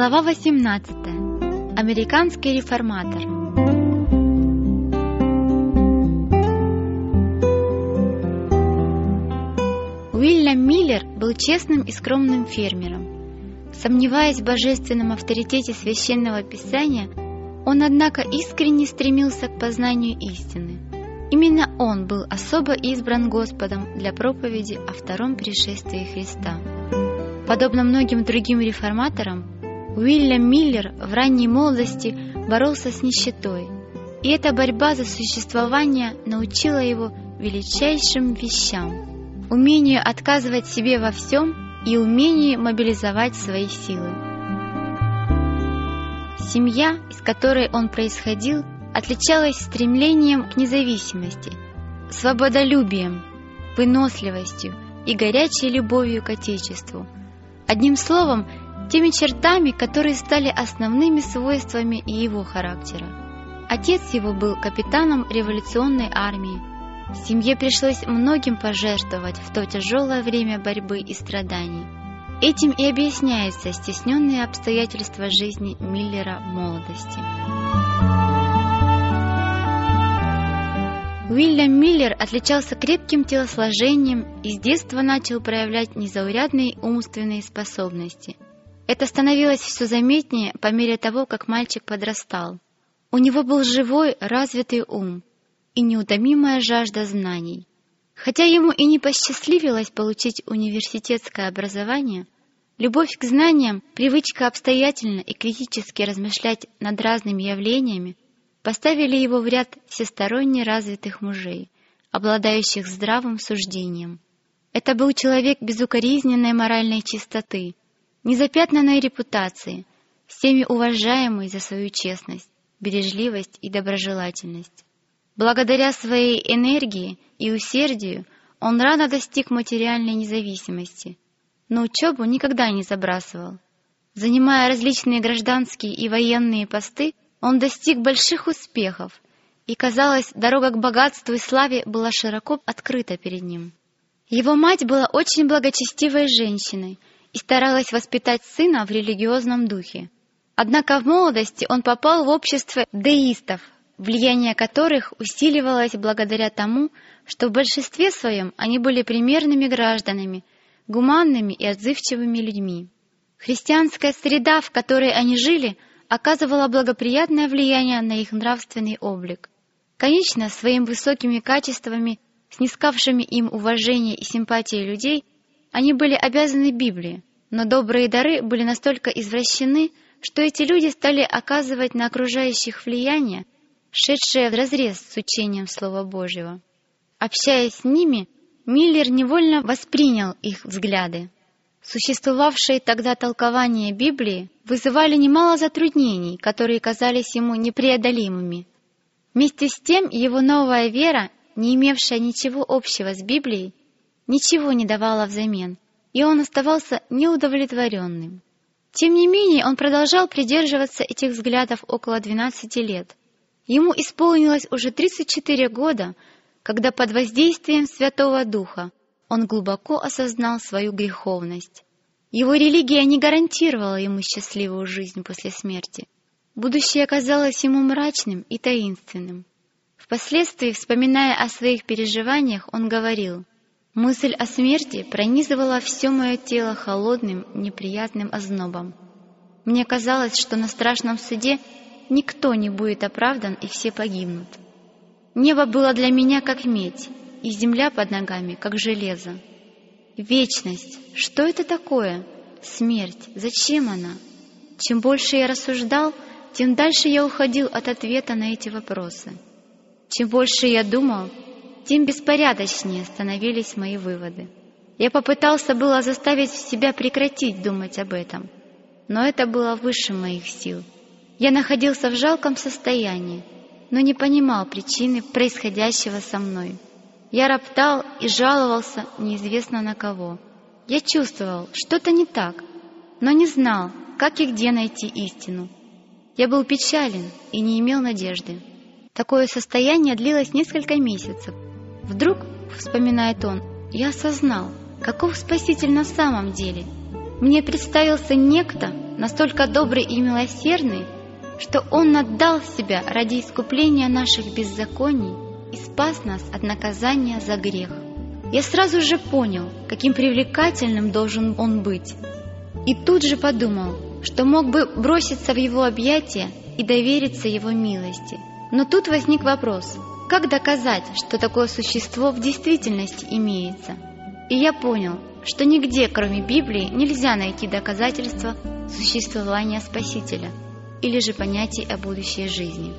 Глава 18. Американский реформатор. Уильям Миллер был честным и скромным фермером. Сомневаясь в божественном авторитете Священного Писания, он, однако, искренне стремился к познанию истины. Именно он был особо избран Господом для проповеди о втором пришествии Христа. Подобно многим другим реформаторам, Уильям Миллер в ранней молодости боролся с нищетой, и эта борьба за существование научила его величайшим вещам: умению отказывать себе во всем и умению мобилизовать свои силы. Семья, из которой он происходил, отличалась стремлением к независимости, свободолюбием, выносливостью и горячей любовью к Отечеству. Одним словом, теми чертами, которые стали основными свойствами его характера. Отец его был капитаном революционной армии. Семье пришлось многим пожертвовать в то тяжелое время борьбы и страданий. Этим и объясняются стесненные обстоятельства жизни Миллера в молодости. Уильям Миллер отличался крепким телосложением и с детства начал проявлять незаурядные умственные способности. Это становилось все заметнее по мере того, как мальчик подрастал. У него был живой, развитый ум и неутомимая жажда знаний. Хотя ему и не посчастливилось получить университетское образование, любовь к знаниям, привычка обстоятельно и критически размышлять над разными явлениями поставили его в ряд всесторонне развитых мужей, обладающих здравым суждением. Это был человек безукоризненной моральной чистоты, незапятнанной репутации, всеми уважаемый за свою честность, бережливость и доброжелательность. Благодаря своей энергии и усердию он рано достиг материальной независимости, но учебу никогда не забрасывал. Занимая различные гражданские и военные посты, он достиг больших успехов, и, казалось, дорога к богатству и славе была широко открыта перед ним. Его мать была очень благочестивой женщиной и старалась воспитать сына в религиозном духе. Однако в молодости он попал в общество деистов, влияние которых усиливалось благодаря тому, что в большинстве своем они были примерными гражданами, гуманными и отзывчивыми людьми. Христианская среда, в которой они жили, оказывала благоприятное влияние на их нравственный облик. Конечно, своими высокими качествами, снискавшими им уважение и симпатии людей, они были обязаны Библии, но добрые дары были настолько извращены, что эти люди стали оказывать на окружающих влияние, шедшее вразрез с учением Слова Божьего. Общаясь с ними, Миллер невольно воспринял их взгляды. Существовавшие тогда толкования Библии вызывали немало затруднений, которые казались ему непреодолимыми. Вместе с тем его новая вера, не имевшая ничего общего с Библией, ничего не давала взамен, и он оставался неудовлетворенным. Тем не менее, он продолжал придерживаться этих взглядов около 12 лет. Ему исполнилось уже 34 года, когда под воздействием Святого Духа он глубоко осознал свою греховность. Его религия не гарантировала ему счастливую жизнь после смерти. Будущее казалось ему мрачным и таинственным. Впоследствии, вспоминая о своих переживаниях, он говорил: «Мысль о смерти пронизывала все мое тело холодным, неприятным ознобом. Мне казалось, что на страшном суде никто не будет оправдан и все погибнут. Небо было для меня как медь, и земля под ногами, как железо. Вечность, что это такое? Смерть, зачем она? Чем больше я рассуждал, тем дальше я уходил от ответа на эти вопросы. Чем больше я думал, тем беспорядочнее становились мои выводы. Я попытался было заставить себя прекратить думать об этом, но это было выше моих сил. Я находился в жалком состоянии, но не понимал причины происходящего со мной. Я роптал и жаловался неизвестно на кого. Я чувствовал, что-то не так, но не знал, как и где найти истину. Я был печален и не имел надежды. Такое состояние длилось несколько месяцев. Вдруг, вспоминает он, я осознал, каков Спаситель на самом деле. Мне представился некто, настолько добрый и милосердный, что Он отдал Себя ради искупления наших беззаконий и спас нас от наказания за грех. Я сразу же понял, каким привлекательным должен Он быть, и тут же подумал, что мог бы броситься в Его объятия и довериться Его милости. Но тут возник вопрос, как доказать, что такое существо в действительности имеется? И я понял, что нигде, кроме Библии, нельзя найти доказательства существования Спасителя или же понятий о будущей жизни.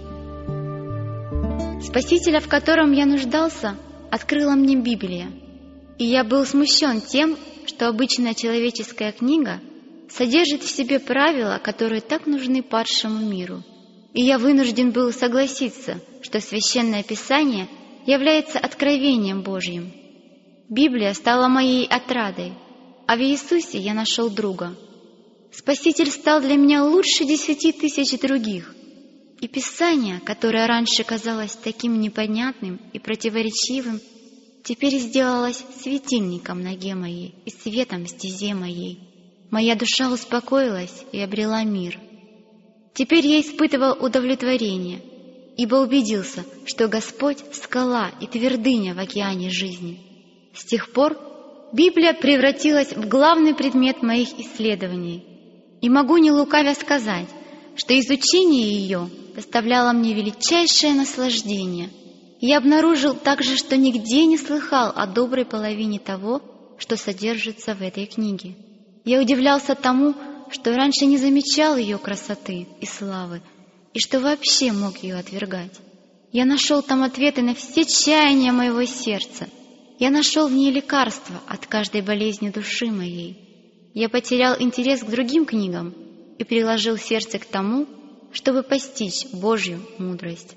Спасителя, в котором я нуждался, открыла мне Библия, и я был смущен тем, что обычная человеческая книга содержит в себе правила, которые так нужны падшему миру. И я вынужден был согласиться, что Священное Писание является откровением Божьим. Библия стала моей отрадой, а в Иисусе я нашел друга. Спаситель стал для меня лучше 10 000 других. И Писание, которое раньше казалось таким непонятным и противоречивым, теперь сделалось светильником в ноге моей и светом в стезе моей. Моя душа успокоилась и обрела мир. Теперь я испытывал удовлетворение, ибо убедился, что Господь — скала и твердыня в океане жизни. С тех пор Библия превратилась в главный предмет моих исследований, и могу не лукавя сказать, что изучение ее доставляло мне величайшее наслаждение. Я обнаружил также, что нигде не слыхал о доброй половине того, что содержится в этой книге. Я удивлялся тому, что раньше не замечал ее красоты и славы, и что вообще мог ее отвергать. Я нашел там ответы на все чаяния моего сердца. Я нашел в ней лекарство от каждой болезни души моей. Я потерял интерес к другим книгам и приложил сердце к тому, чтобы постичь Божью мудрость.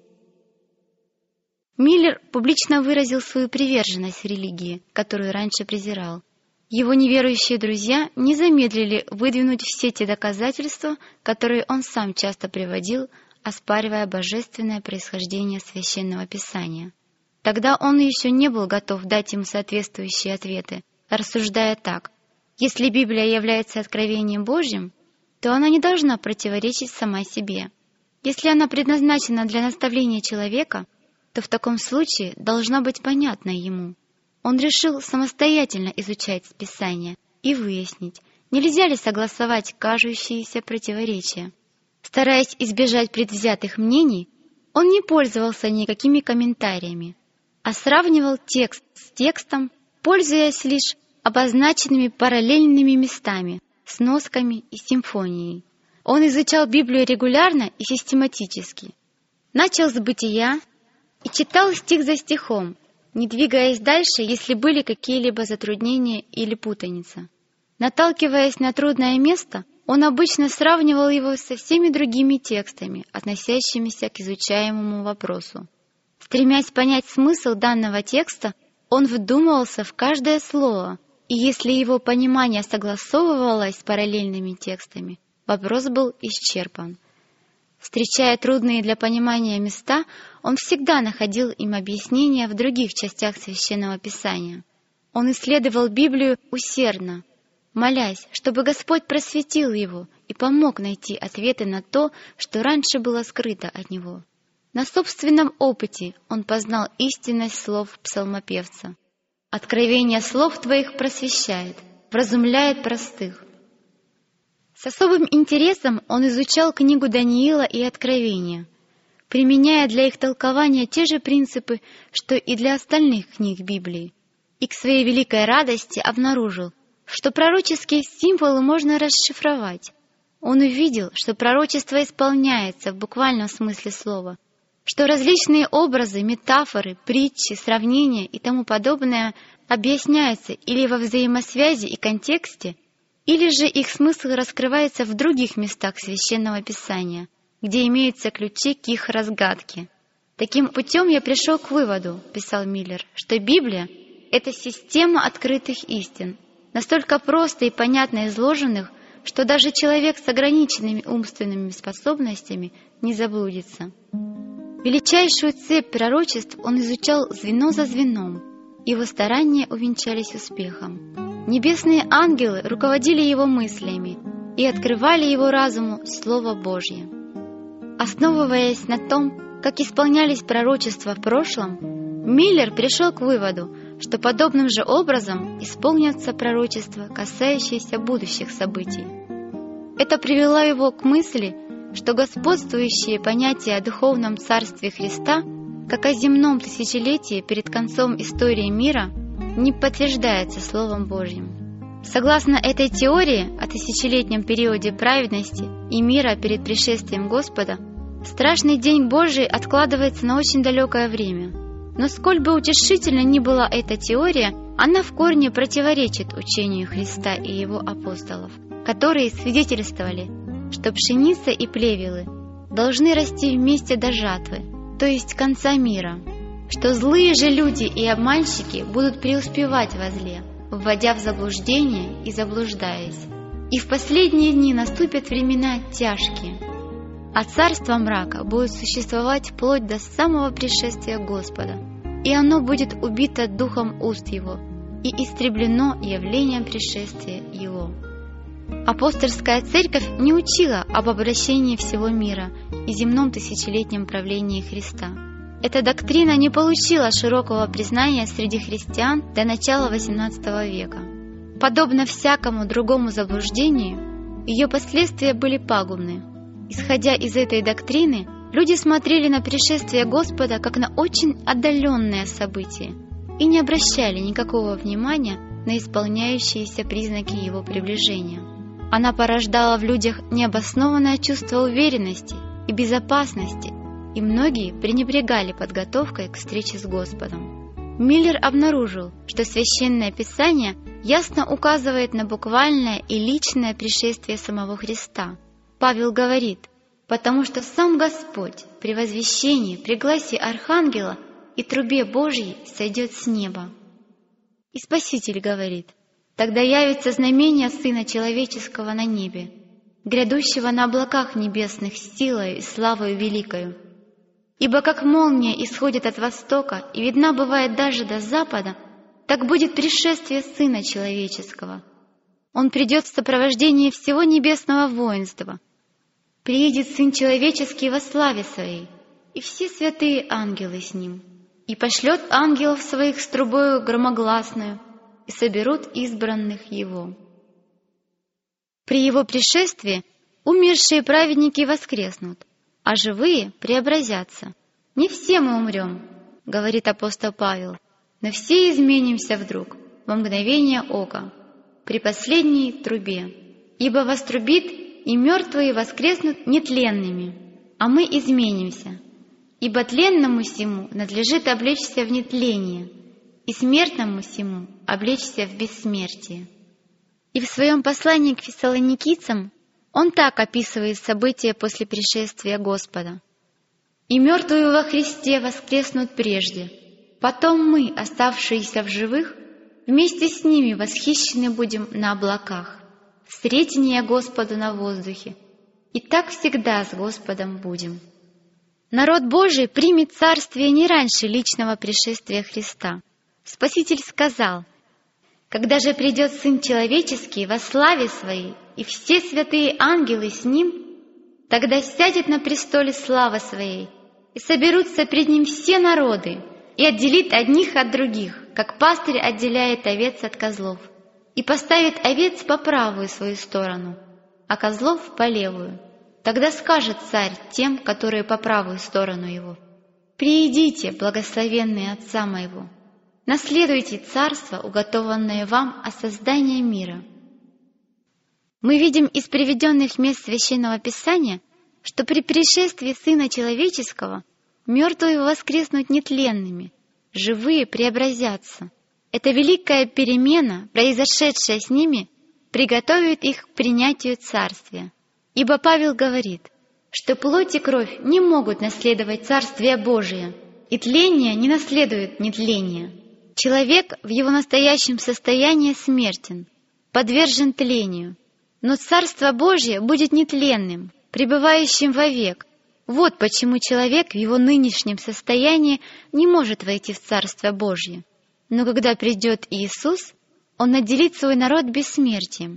Миллер публично выразил свою приверженность религии, которую раньше презирал. Его неверующие друзья не замедлили выдвинуть все те доказательства, которые он сам часто приводил, оспаривая божественное происхождение Священного Писания. Тогда он еще не был готов дать им соответствующие ответы, рассуждая так: если Библия является откровением Божьим, то она не должна противоречить сама себе. Если она предназначена для наставления человека, то в таком случае должна быть понятна ему. Он решил самостоятельно изучать Писание и выяснить, нельзя ли согласовать кажущиеся противоречия. Стараясь избежать предвзятых мнений, он не пользовался никакими комментариями, а сравнивал текст с текстом, пользуясь лишь обозначенными параллельными местами, сносками и симфонией. Он изучал Библию регулярно и систематически. Начал с Бытия и читал стих за стихом, не двигаясь дальше, если были какие-либо затруднения или путаница. Наталкиваясь на трудное место, он обычно сравнивал его со всеми другими текстами, относящимися к изучаемому вопросу. Стремясь понять смысл данного текста, он вдумывался в каждое слово, и если его понимание согласовывалось с параллельными текстами, вопрос был исчерпан. Встречая трудные для понимания места, он всегда находил им объяснения в других частях Священного Писания. Он исследовал Библию усердно, молясь, чтобы Господь просветил его и помог найти ответы на то, что раньше было скрыто от него. На собственном опыте он познал истинность слов псалмопевца. «Откровение слов твоих просвещает, вразумляет простых». С особым интересом он изучал книгу Даниила и Откровения, применяя для их толкования те же принципы, что и для остальных книг Библии, и к своей великой радости обнаружил, что пророческие символы можно расшифровать. Он увидел, что пророчество исполняется в буквальном смысле слова, что различные образы, метафоры, притчи, сравнения и тому подобное объясняются или во взаимосвязи и контексте, или же их смысл раскрывается в других местах Священного Писания, где имеются ключи к их разгадке. «Таким путем я пришел к выводу, — писал Миллер, — что Библия — это система открытых истин, настолько просто и понятно изложенных, что даже человек с ограниченными умственными способностями не заблудится». Величайшую цепь пророчеств он изучал звено за звеном. Его старания увенчались успехом. Небесные ангелы руководили его мыслями, и открывали его разуму Слово Божье. Основываясь на том, как исполнялись пророчества в прошлом, Миллер пришел к выводу, что подобным же образом исполнятся пророчества, касающиеся будущих событий. Это привело его к мысли, что господствующие понятия о духовном царстве Христа, как о земном тысячелетии перед концом истории мира, не подтверждается Словом Божьим. Согласно этой теории о тысячелетнем периоде праведности и мира перед пришествием Господа, страшный день Божий откладывается на очень далекое время. Но сколь бы утешительна ни была эта теория, она в корне противоречит учению Христа и Его апостолов, которые свидетельствовали, что пшеница и плевелы должны расти вместе до жатвы, то есть конца мира, что злые же люди и обманщики будут преуспевать во зле, вводя в заблуждение и заблуждаясь. И в последние дни наступят времена тяжкие, а царство мрака будет существовать вплоть до самого пришествия Господа, и оно будет убито духом уст Его и истреблено явлением пришествия Его. Апостольская церковь не учила об обращении всего мира и земном тысячелетнем правлении Христа. Эта доктрина не получила широкого признания среди христиан до начала XVIII века. Подобно всякому другому заблуждению, ее последствия были пагубны. Исходя из этой доктрины, люди смотрели на пришествие Господа как на очень отдаленное событие и не обращали никакого внимания на исполняющиеся признаки Его приближения. Она порождала в людях необоснованное чувство уверенности и безопасности, и многие пренебрегали подготовкой к встрече с Господом. Миллер обнаружил, что Священное Писание ясно указывает на буквальное и личное пришествие самого Христа. Павел говорит: «Потому что сам Господь при возвещении, при гласе Архангела и трубе Божьей сойдет с неба». И Спаситель говорит: «Тогда явится знамение Сына Человеческого на небе, грядущего на облаках небесных с силою и славою великою. Ибо как молния исходит от востока и видна бывает даже до запада, так будет пришествие Сына Человеческого. Он придет в сопровождении всего небесного воинства. Приедет Сын Человеческий во славе Своей, и все святые ангелы с Ним, и пошлет ангелов Своих с трубою громогласную, и соберут избранных Его. При Его пришествии умершие праведники воскреснут, а живые преобразятся. Не все мы умрем, говорит апостол Павел, но все изменимся вдруг, во мгновение ока, при последней трубе. Ибо вострубит, и мертвые воскреснут нетленными, а мы изменимся. Ибо тленному сему надлежит облечься в нетление, и смертному сему облечься в бессмертие». И в своем послании к фессалоникийцам он так описывает события после пришествия Господа: «И мертвые во Христе воскреснут прежде, потом мы, оставшиеся в живых, вместе с ними восхищены будем на облаках, встретение Господу на воздухе, и так всегда с Господом будем». Народ Божий примет царствие не раньше личного пришествия Христа. Спаситель сказал: «Когда же придет Сын Человеческий во славе Своей, и все святые ангелы с Ним, тогда сядет на престоле славы Своей, и соберутся пред Ним все народы, и отделит одних от других, как пастырь отделяет овец от козлов, и поставит овец по правую свою сторону, а козлов по левую. Тогда скажет царь тем, которые по правую сторону его: приидите, благословенные Отца Моего, наследуйте царство, уготованное вам от создания мира». Мы видим из приведенных мест Священного Писания, что при пришествии Сына Человеческого мертвые воскреснут нетленными, живые преобразятся. Эта великая перемена, произошедшая с ними, приготовит их к принятию Царствия. Ибо Павел говорит, что плоть и кровь не могут наследовать Царствие Божие, и тление не наследует нетление. Человек в его настоящем состоянии смертен, подвержен тлению, но Царство Божье будет нетленным, пребывающим вовек. Вот почему человек в его нынешнем состоянии не может войти в Царство Божье. Но когда придет Иисус, Он наделит свой народ бессмертием.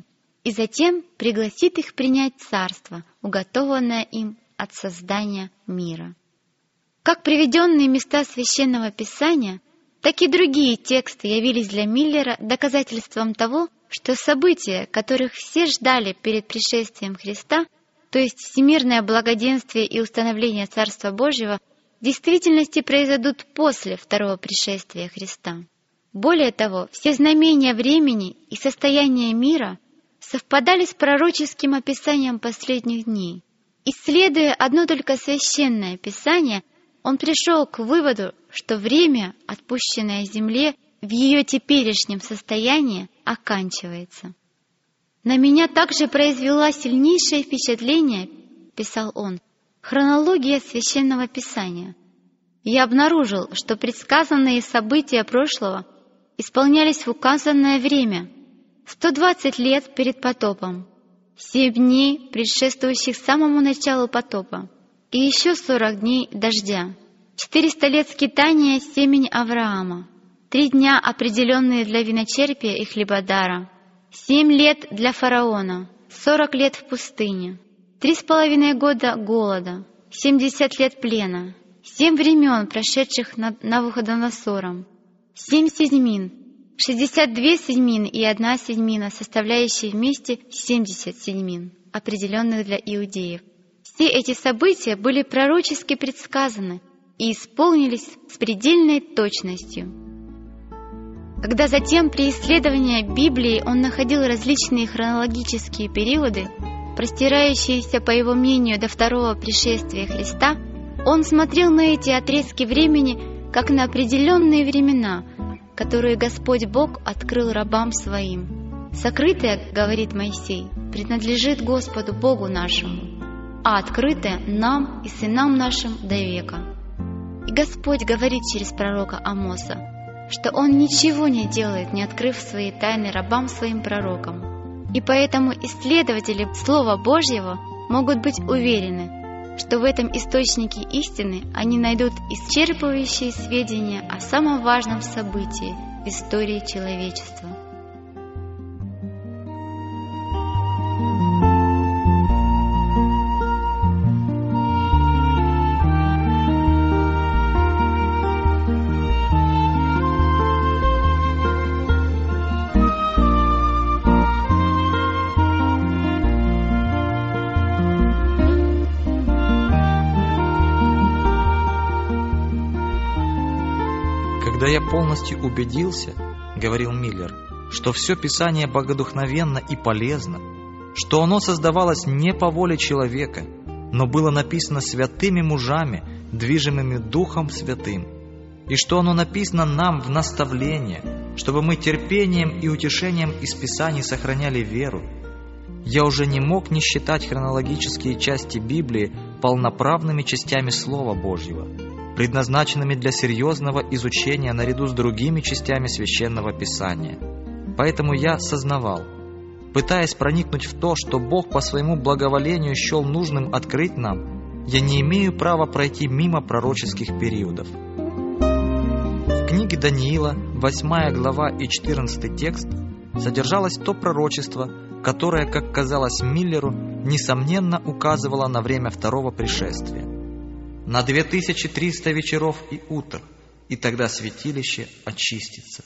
и затем пригласит их принять царство, уготованное им от создания мира. Как приведенные места Священного Писания, так и другие тексты явились для Миллера доказательством того, что события, которых все ждали перед пришествием Христа, то есть всемирное благоденствие и установление Царства Божьего, в действительности произойдут после второго пришествия Христа. Более того, все знамения времени и состояния мира совпадали с пророческим описанием последних дней. Исследуя одно только Священное Писание, он пришел к выводу, что время, отпущенное Земле в ее теперешнем состоянии, оканчивается. «На меня также произвела сильнейшее впечатление, — писал он, — хронология Священного Писания. Я обнаружил, что предсказанные события прошлого исполнялись в указанное время, 120 лет перед потопом, 7 дней, предшествующих самому началу потопа, и еще 40 дней дождя, 400 лет скитания семени Авраама, 3 дня, определенные для виночерпия и хлебодара, 7 лет для фараона, 40 лет в пустыне, 3,5 года голода, 70 лет плена, 7 времен, прошедших над Навуходоносором, 7 седьмин, 62 седьмины и 1 седьмина, составляющие вместе 70 седьмин, определенных для иудеев. Все эти события были пророчески предсказаны и исполнились с предельной точностью. Когда затем при исследовании Библии он находил различные хронологические периоды, простирающиеся, по его мнению, до второго пришествия Христа, он смотрел на эти отрезки времени как на определенные времена, которые Господь Бог открыл рабам Своим. «Сокрытое, — говорит Моисей, — принадлежит Господу Богу нашему, а открытое нам и сынам нашим до века». И Господь говорит через пророка Амоса, что Он ничего не делает, не открыв свои тайны рабам Своим пророкам. И поэтому исследователи Слова Божьего могут быть уверены, что в этом источнике истины они найдут исчерпывающие сведения о самом важном событии в истории человечества. «Когда я полностью убедился, — говорил Миллер, — что все Писание богодухновенно и полезно, что оно создавалось не по воле человека, но было написано святыми мужами, движимыми Духом Святым, и что оно написано нам в наставление, чтобы мы терпением и утешением из Писаний сохраняли веру, я уже не мог не считать хронологические части Библии полноправными частями Слова Божьего, предназначенными для серьезного изучения наряду с другими частями Священного Писания. Поэтому я сознавал, пытаясь проникнуть в то, что Бог по своему благоволению счел нужным открыть нам, я не имею права пройти мимо пророческих периодов. В книге Даниила, 8 глава и 14 текст, содержалось то пророчество, которое, как казалось Миллеру, несомненно указывало на время второго пришествия. На 2300 вечеров и утр, и тогда святилище очистится.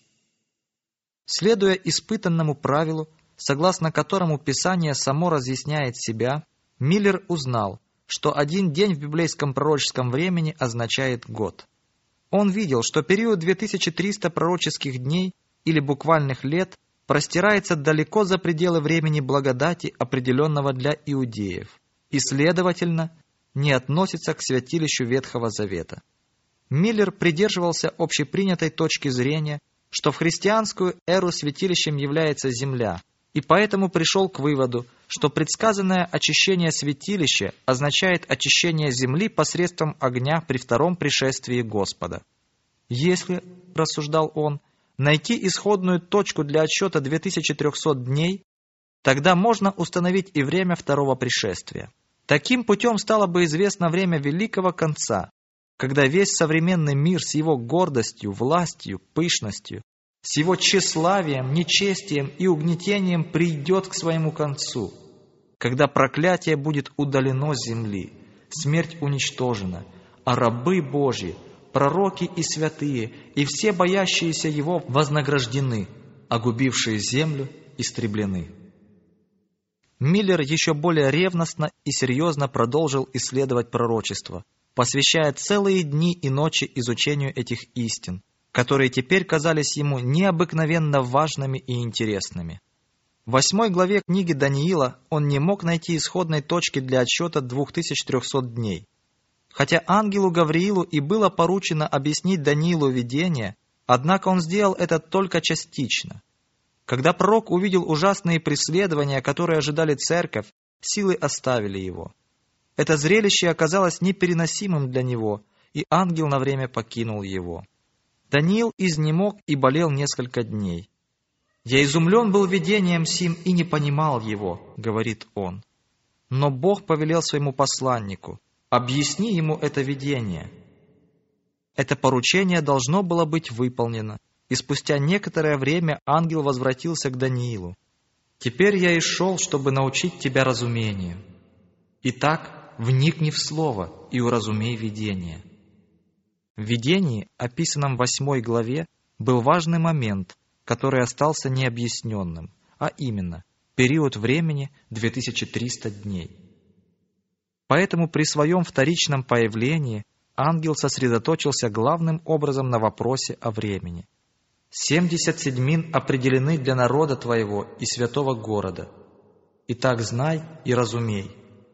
Следуя испытанному правилу, согласно которому Писание само разъясняет себя, Миллер узнал, что один день в библейском пророческом времени означает год. Он видел, что период 2300 пророческих дней или буквальных лет простирается далеко за пределы времени благодати, определенного для иудеев, и, следовательно, не относится к святилищу Ветхого Завета. Миллер придерживался общепринятой точки зрения, что в христианскую эру святилищем является земля, и поэтому пришел к выводу, что предсказанное очищение святилища означает очищение земли посредством огня при втором пришествии Господа. Если, рассуждал он, найти исходную точку для отсчета 2300 дней, тогда можно установить и время второго пришествия. Таким путем стало бы известно время Великого Конца, когда весь современный мир с его гордостью, властью, пышностью с его тщеславием, нечестием и угнетением придет к своему концу, когда проклятие будет удалено с земли, смерть уничтожена, а рабы Божьи, пророки и святые, и все боящиеся Его вознаграждены, а губившие землю истреблены. Миллер еще более ревностно и серьезно продолжил исследовать пророчество, посвящая целые дни и ночи изучению этих истин, которые теперь казались ему необыкновенно важными и интересными. В 8 главе книги Даниила он не мог найти исходной точки для отсчета 2300 дней. Хотя ангелу Гавриилу и было поручено объяснить Даниилу видение, однако он сделал это только частично. Когда пророк увидел ужасные преследования, которые ожидали церковь, силы оставили его. Это зрелище оказалось непереносимым для него, и ангел на время покинул его. Даниил изнемог и болел несколько дней. «Я изумлен был видением сим и не понимал его», — говорит он. Но Бог повелел своему посланнику: «Объясни ему это видение». Это поручение должно было быть выполнено, и спустя некоторое время ангел возвратился к Даниилу. «Теперь я и шел, чтобы научить тебя разумению. Итак, вникни в слово и уразумей видение». В видении, описанном в 8 главе, был важный момент, который остался необъясненным, а именно период времени 2300 дней. Поэтому при своем вторичном появлении ангел сосредоточился главным образом на вопросе о времени. 70 седьмин определены для народа твоего и святого города. Итак, знай и разумей.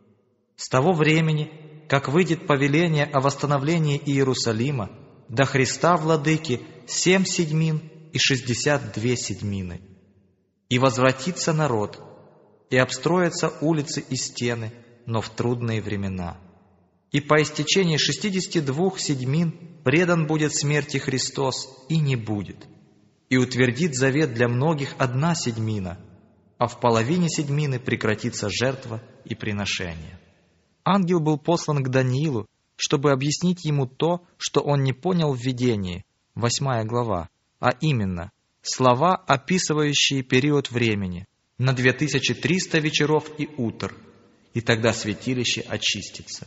С того времени, как выйдет повеление о восстановлении Иерусалима, до Христа Владыки 7 седьмин и 62 седьмины. И возвратится народ, и обстроятся улицы и стены, но в трудные времена. И по истечении 62 седьмин предан будет смерти Христос, и не будет. И утвердит завет для многих 1 седьмина, а в половине седьмины прекратится жертва и приношение. Ангел был послан к Даниилу, чтобы объяснить ему то, что он не понял в видении, 8 глава, а именно слова, описывающие период времени, на 2300 вечеров и утр, и тогда святилище очистится.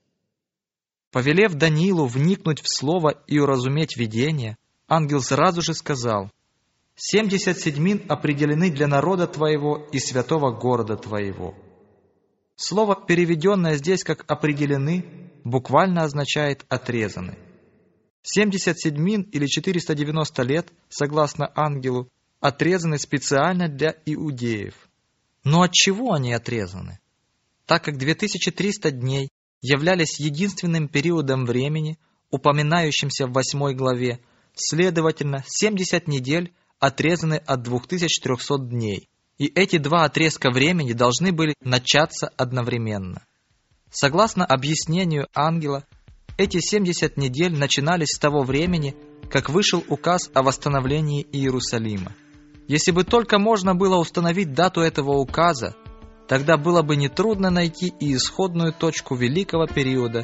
Повелев Даниилу вникнуть в слово и уразуметь видение, ангел сразу же сказал: 70 седьмин определены для народа твоего и святого города твоего. Слово, переведенное здесь как «определены», буквально означает «отрезаны». 70 седьмин или 490 лет, согласно ангелу, отрезаны специально для иудеев. Но от чего они отрезаны? Так как 2300 дней являлись единственным периодом времени, упоминающимся в 8 главе, следовательно, 70 недель отрезаны от 2300 дней, и эти 2 отрезка времени должны были начаться одновременно. Согласно объяснению ангела, эти 70 недель начинались с того времени, как вышел указ о восстановлении Иерусалима. Если бы только можно было установить дату этого указа, тогда было бы нетрудно найти и исходную точку великого периода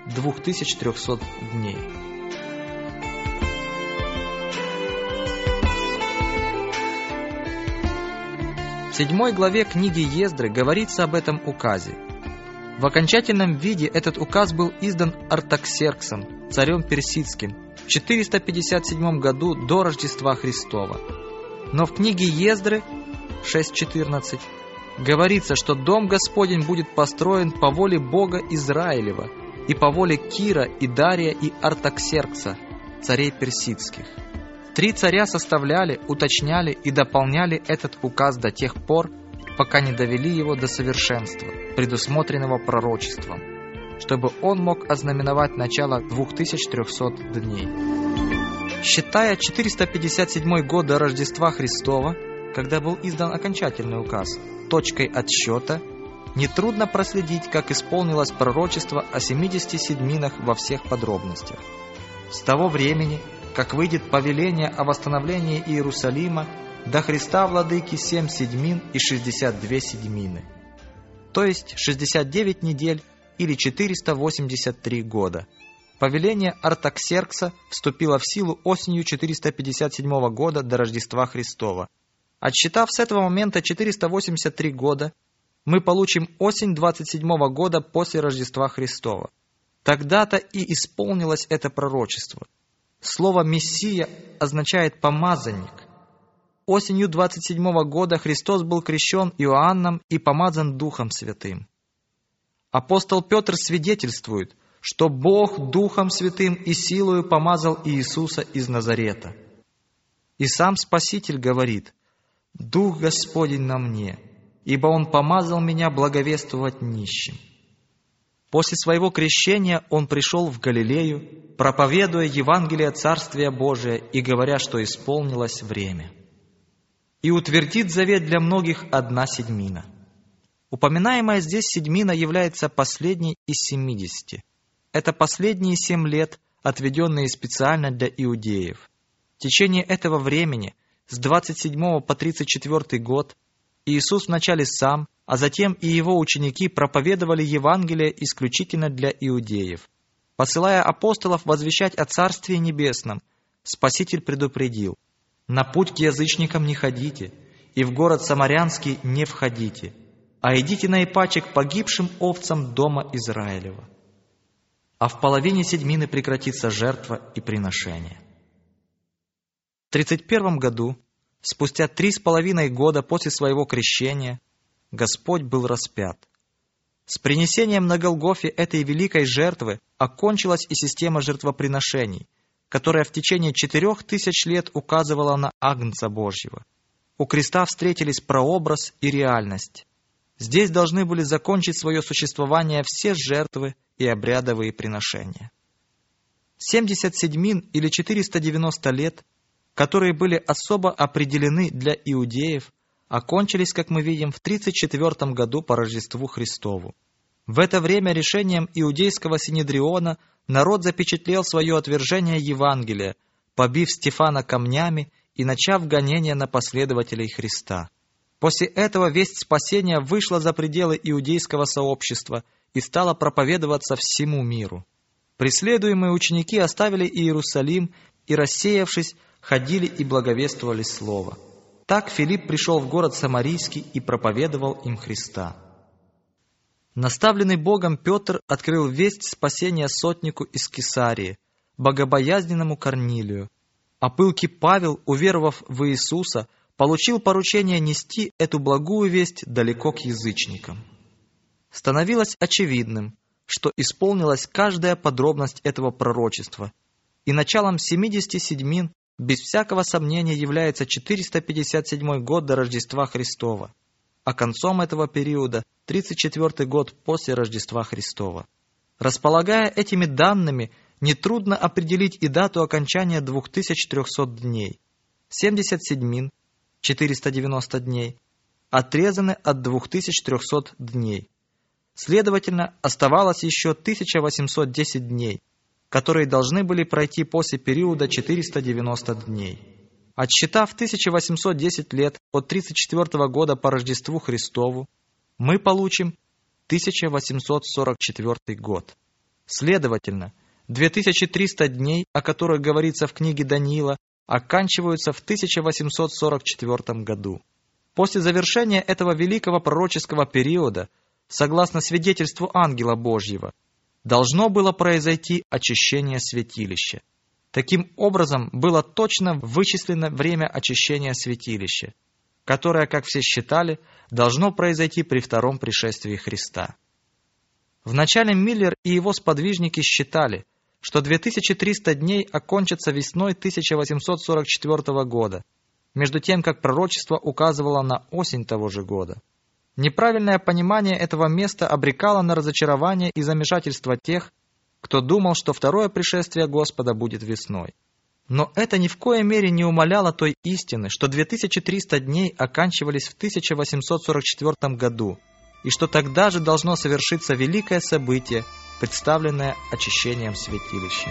2300 дней. В 7 главе книги Ездры говорится об этом указе. В окончательном виде этот указ был издан Артаксерксом, царем персидским, в 457 году до Рождества Христова. Но в книге Ездры 6.14 говорится, что Дом Господень будет построен по воле Бога Израилева и по воле Кира и Дария и Артаксеркса, царей персидских. 3 царя составляли, уточняли и дополняли этот указ до тех пор, пока не довели его до совершенства, предусмотренного пророчеством, чтобы он мог ознаменовать начало 2300 дней. Считая 457 год до Рождества Христова, когда был издан окончательный указ, точкой отсчета, нетрудно проследить, как исполнилось пророчество о 70 седьминах во всех подробностях. С того времени, как выйдет повеление о восстановлении Иерусалима, до Христа Владыки 7 седьмин и 62 седьмины, то есть 69 недель или 483 года. Повеление Артаксеркса вступило в силу осенью 457 года до Рождества Христова. Отсчитав с этого момента 483 года, мы получим осень 27 года после Рождества Христова. Тогда-то и исполнилось это пророчество. Слово «Мессия» означает «помазанник». Осенью 27 года Христос был крещен Иоанном и помазан Духом Святым. Апостол Петр свидетельствует, что Бог Духом Святым и силою помазал Иисуса из Назарета. И сам Спаситель говорит: «Дух Господень на мне, ибо Он помазал меня благовествовать нищим». После своего крещения Он пришел в Галилею, проповедуя Евангелие Царствия Божия и говоря, что исполнилось время. И утвердит завет для многих 1/7. Упоминаемая здесь седьмина является последней из 70. Это последние 7 лет, отведенные специально для иудеев. В течение этого времени, с 27 по 34 год, Иисус вначале сам, а затем и его ученики проповедовали Евангелие исключительно для иудеев. Посылая апостолов возвещать о Царстве Небесном, Спаситель предупредил: «На путь к язычникам не ходите, и в город Самарянский не входите, а идите наипаче к погибшим овцам дома Израилева». А в половине седьмины прекратится жертва и приношение. В 31 году, спустя 3,5 года после своего крещения, Господь был распят. С принесением на Голгофе этой великой жертвы окончилась и система жертвоприношений, которая в течение 4000 лет указывала на Агнца Божьего. У креста встретились прообраз и реальность. Здесь должны были закончить свое существование все жертвы и обрядовые приношения. 70 седьмин или 490 лет, которые были особо определены для иудеев, окончились, как мы видим, в 34 году по Рождеству Христову. В это время решением иудейского синедриона народ запечатлел свое отвержение Евангелия, побив Стефана камнями и начав гонение на последователей Христа. После этого весть спасения вышла за пределы иудейского сообщества и стала проповедоваться всему миру. Преследуемые ученики оставили Иерусалим и, рассеявшись, ходили и благовествовали Слово. Так Филипп пришел в город Самарийский и проповедовал им Христа. Наставленный Богом Петр открыл весть спасения сотнику из Кесарии, богобоязненному Корнилию, а пылкий Павел, уверовав в Иисуса, получил поручение нести эту благую весть далеко к язычникам. Становилось очевидным, что исполнилась каждая подробность этого пророчества, и началом 70 седьмин без всякого сомнения является 457 год до Рождества Христова, а концом этого периода 34 год после Рождества Христова. Располагая этими данными, нетрудно определить и дату окончания 2300 дней. 70 седьмин, 490 дней, отрезаны от 2300 дней. Следовательно, оставалось еще 1810 дней, которые должны были пройти после периода 490 дней. Отсчитав 1810 лет от 34 года по Рождеству Христову, мы получим 1844 год. Следовательно, 2300 дней, о которых говорится в книге Даниила, оканчиваются в 1844 году. После завершения этого великого пророческого периода, согласно свидетельству ангела Божьего, должно было произойти очищение святилища. Таким образом, было точно вычислено время очищения святилища, которое, как все считали, должно произойти при втором пришествии Христа. Вначале Миллер и его сподвижники считали, что 2300 дней окончатся весной 1844 года, между тем, как пророчество указывало на осень того же года. Неправильное понимание этого места обрекало на разочарование и замешательство тех, кто думал, что второе пришествие Господа будет весной. Но это ни в коей мере не умаляло той истины, что 2300 дней оканчивались в 1844 году, и что тогда же должно совершиться великое событие, представленное очищением святилища.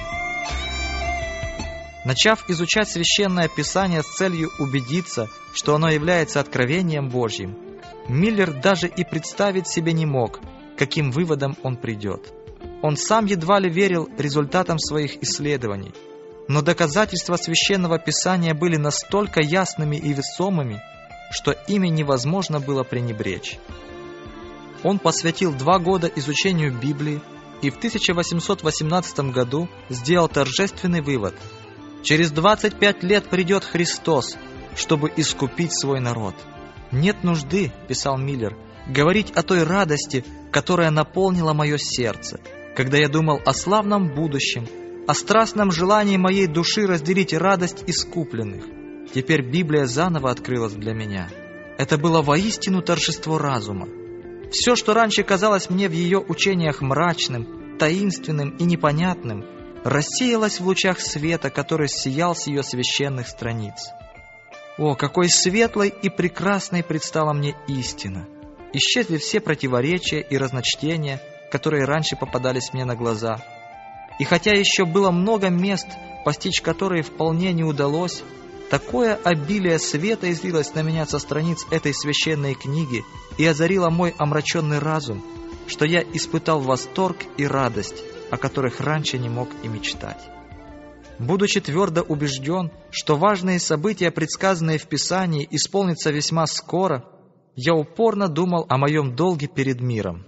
Начав изучать Священное Писание с целью убедиться, что оно является откровением Божьим, Миллер даже и представить себе не мог, к каким выводам он придет. Он сам едва ли верил результатам своих исследований, но доказательства Священного Писания были настолько ясными и весомыми, что ими невозможно было пренебречь. Он посвятил 2 года изучению Библии и в 1818 году сделал торжественный вывод: «Через 25 лет придет Христос, чтобы искупить свой народ». «Нет нужды, — писал Миллер, — говорить о той радости, которая наполнила мое сердце, когда я думал о славном будущем, о страстном желании моей души разделить радость искупленных. Теперь Библия заново открылась для меня. Это было воистину торжество разума. Все, что раньше казалось мне в ее учениях мрачным, таинственным и непонятным, рассеялось в лучах света, который сиял с ее священных страниц. О, какой светлой и прекрасной предстала мне истина! Исчезли все противоречия и разночтения, которые раньше попадались мне на глаза. И хотя еще было много мест, постичь которые вполне не удалось, такое обилие света излилось на меня со страниц этой священной книги и озарило мой омраченный разум, что я испытал восторг и радость, о которых раньше не мог и мечтать. Будучи твердо убежден, что важные события, предсказанные в Писании, исполнятся весьма скоро, я упорно думал о моем долге перед миром.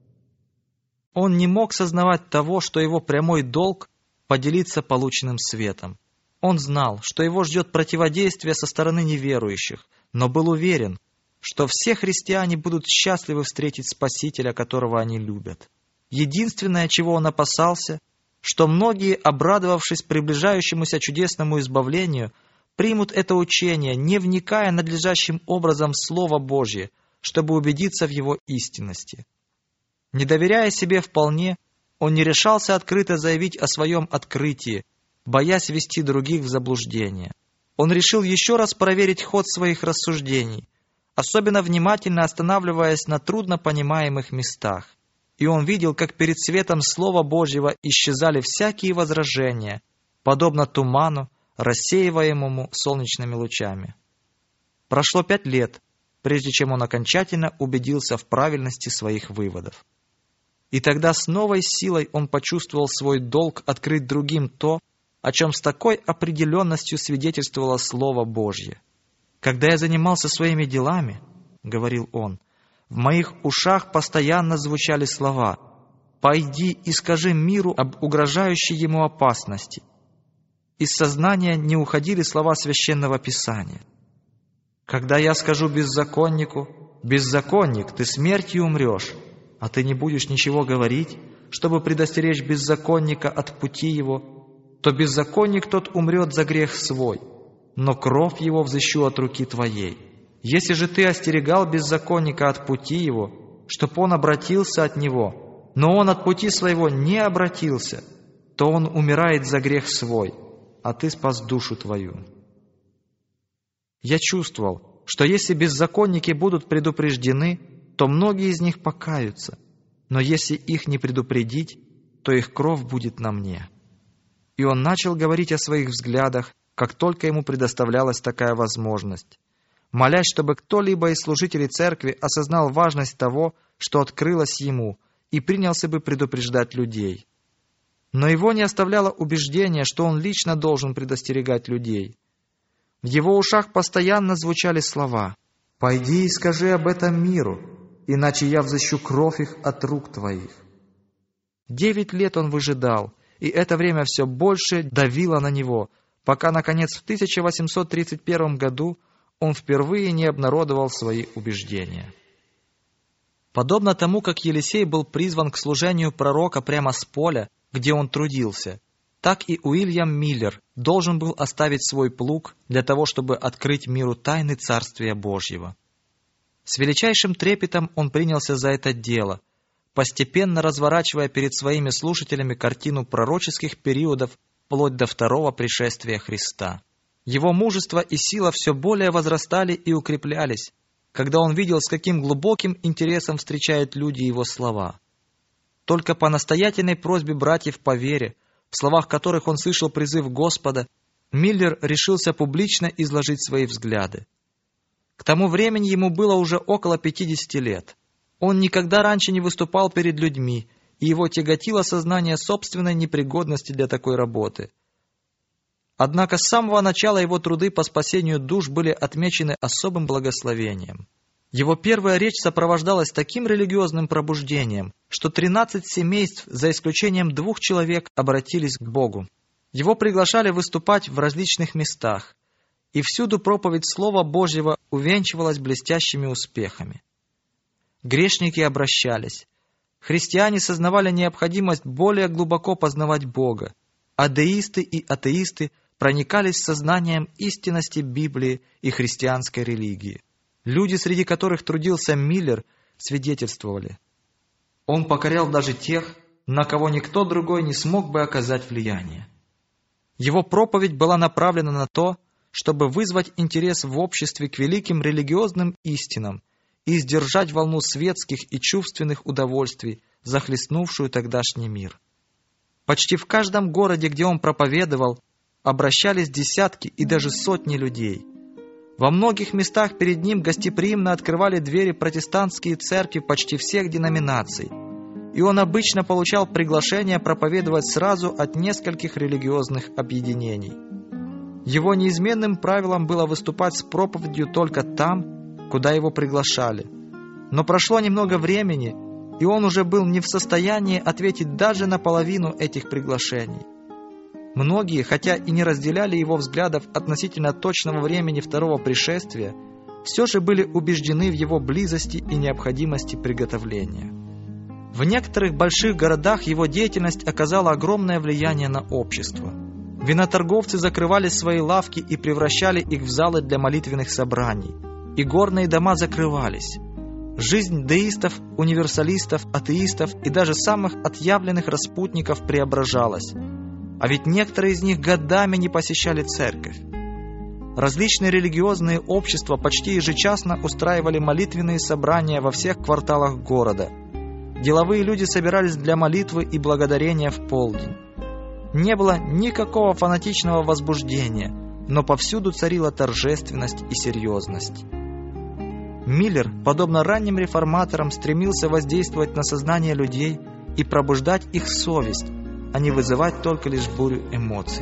Он не мог сознавать того, что его прямой долг – поделиться полученным светом. Он знал, что его ждет противодействие со стороны неверующих, но был уверен, что все христиане будут счастливы встретить Спасителя, которого они любят. Единственное, чего он опасался, что многие, обрадовавшись приближающемуся чудесному избавлению, примут это учение, не вникая надлежащим образом в Слово Божье, чтобы убедиться в его истинности. Не доверяя себе вполне, он не решался открыто заявить о своем открытии, боясь ввести других в заблуждение. Он решил еще раз проверить ход своих рассуждений, особенно внимательно останавливаясь на трудно понимаемых местах. И он видел, как перед светом Слова Божьего исчезали всякие возражения, подобно туману, рассеиваемому солнечными лучами. Прошло 5 лет, прежде чем он окончательно убедился в правильности своих выводов. И тогда с новой силой он почувствовал свой долг открыть другим то, о чем с такой определенностью свидетельствовало Слово Божье. «Когда я занимался своими делами, — говорил он, — в моих ушах постоянно звучали слова: «Пойди и скажи миру об угрожающей ему опасности». Из сознания не уходили слова Священного Писания. «Когда я скажу беззаконнику: „Беззаконник, ты смертью умрешь», а ты не будешь ничего говорить, чтобы предостеречь беззаконника от пути его, то беззаконник тот умрет за грех свой, но кровь его взыщу от руки твоей. Если же ты остерегал беззаконника от пути его, чтоб он обратился от него, но он от пути своего не обратился, то он умирает за грех свой, а ты спас душу твою». Я чувствовал, что если беззаконники будут предупреждены, то многие из них покаются, но если их не предупредить, то их кровь будет на мне. И он начал говорить о своих взглядах, как только ему предоставлялась такая возможность, молясь, чтобы кто-либо из служителей церкви осознал важность того, что открылось ему, и принялся бы предупреждать людей. Но его не оставляло убеждение, что он лично должен предостерегать людей. В его ушах постоянно звучали слова: «Пойди и скажи об этом миру, иначе я взыщу кровь их от рук твоих». 9 лет он выжидал, и это время все больше давило на него, пока, наконец, в 1831 году он впервые не обнародовал свои убеждения. Подобно тому, как Елисей был призван к служению пророка прямо с поля, где он трудился, так и Уильям Миллер должен был оставить свой плуг для того, чтобы открыть миру тайны Царствия Божьего. С величайшим трепетом он принялся за это дело, постепенно разворачивая перед своими слушателями картину пророческих периодов вплоть до второго пришествия Христа. Его мужество и сила все более возрастали и укреплялись, когда он видел, с каким глубоким интересом встречают люди его слова. Только по настоятельной просьбе братьев по вере, в словах которых он слышал призыв Господа, Миллер решился публично изложить свои взгляды. К тому времени ему было уже около 50 лет. Он никогда раньше не выступал перед людьми и его тяготило сознание собственной непригодности для такой работы. Однако с самого начала его труды по спасению душ были отмечены особым благословением. Его первая речь сопровождалась таким религиозным пробуждением, что 13 семейств, за исключением 2 человек, обратились к Богу. Его приглашали выступать в различных местах, и всюду проповедь Слова Божьего увенчивалась блестящими успехами. Грешники обращались. Христиане сознавали необходимость более глубоко познавать Бога, а деисты и атеисты проникались сознанием истинности Библии и христианской религии. Люди, среди которых трудился Миллер, свидетельствовали: он покорял даже тех, на кого никто другой не смог бы оказать влияние. Его проповедь была направлена на то, чтобы вызвать интерес в обществе к великим религиозным истинам и сдержать волну светских и чувственных удовольствий, захлестнувшую тогдашний мир. Почти в каждом городе, где он проповедовал, обращались десятки и даже сотни людей. Во многих местах перед ним гостеприимно открывали двери протестантские церкви почти всех деноминаций, и он обычно получал приглашение проповедовать сразу от нескольких религиозных объединений. Его неизменным правилом было выступать с проповедью только там, куда его приглашали. Но прошло немного времени, и он уже был не в состоянии ответить даже на половину этих приглашений. Многие, хотя и не разделяли его взглядов относительно точного времени второго пришествия, все же были убеждены в его близости и необходимости приготовления. В некоторых больших городах его деятельность оказала огромное влияние на общество. Виноторговцы закрывали свои лавки и превращали их в залы для молитвенных собраний, и горные дома закрывались. Жизнь деистов, универсалистов, атеистов и даже самых отъявленных распутников преображалась. А ведь некоторые из них годами не посещали церковь. Различные религиозные общества почти ежечасно устраивали молитвенные собрания во всех кварталах города. Деловые люди собирались для молитвы и благодарения в полдень. Не было никакого фанатичного возбуждения, но повсюду царила торжественность и серьезность. Миллер, подобно ранним реформаторам, стремился воздействовать на сознание людей и пробуждать их совесть, а не вызывать только лишь бурю эмоций.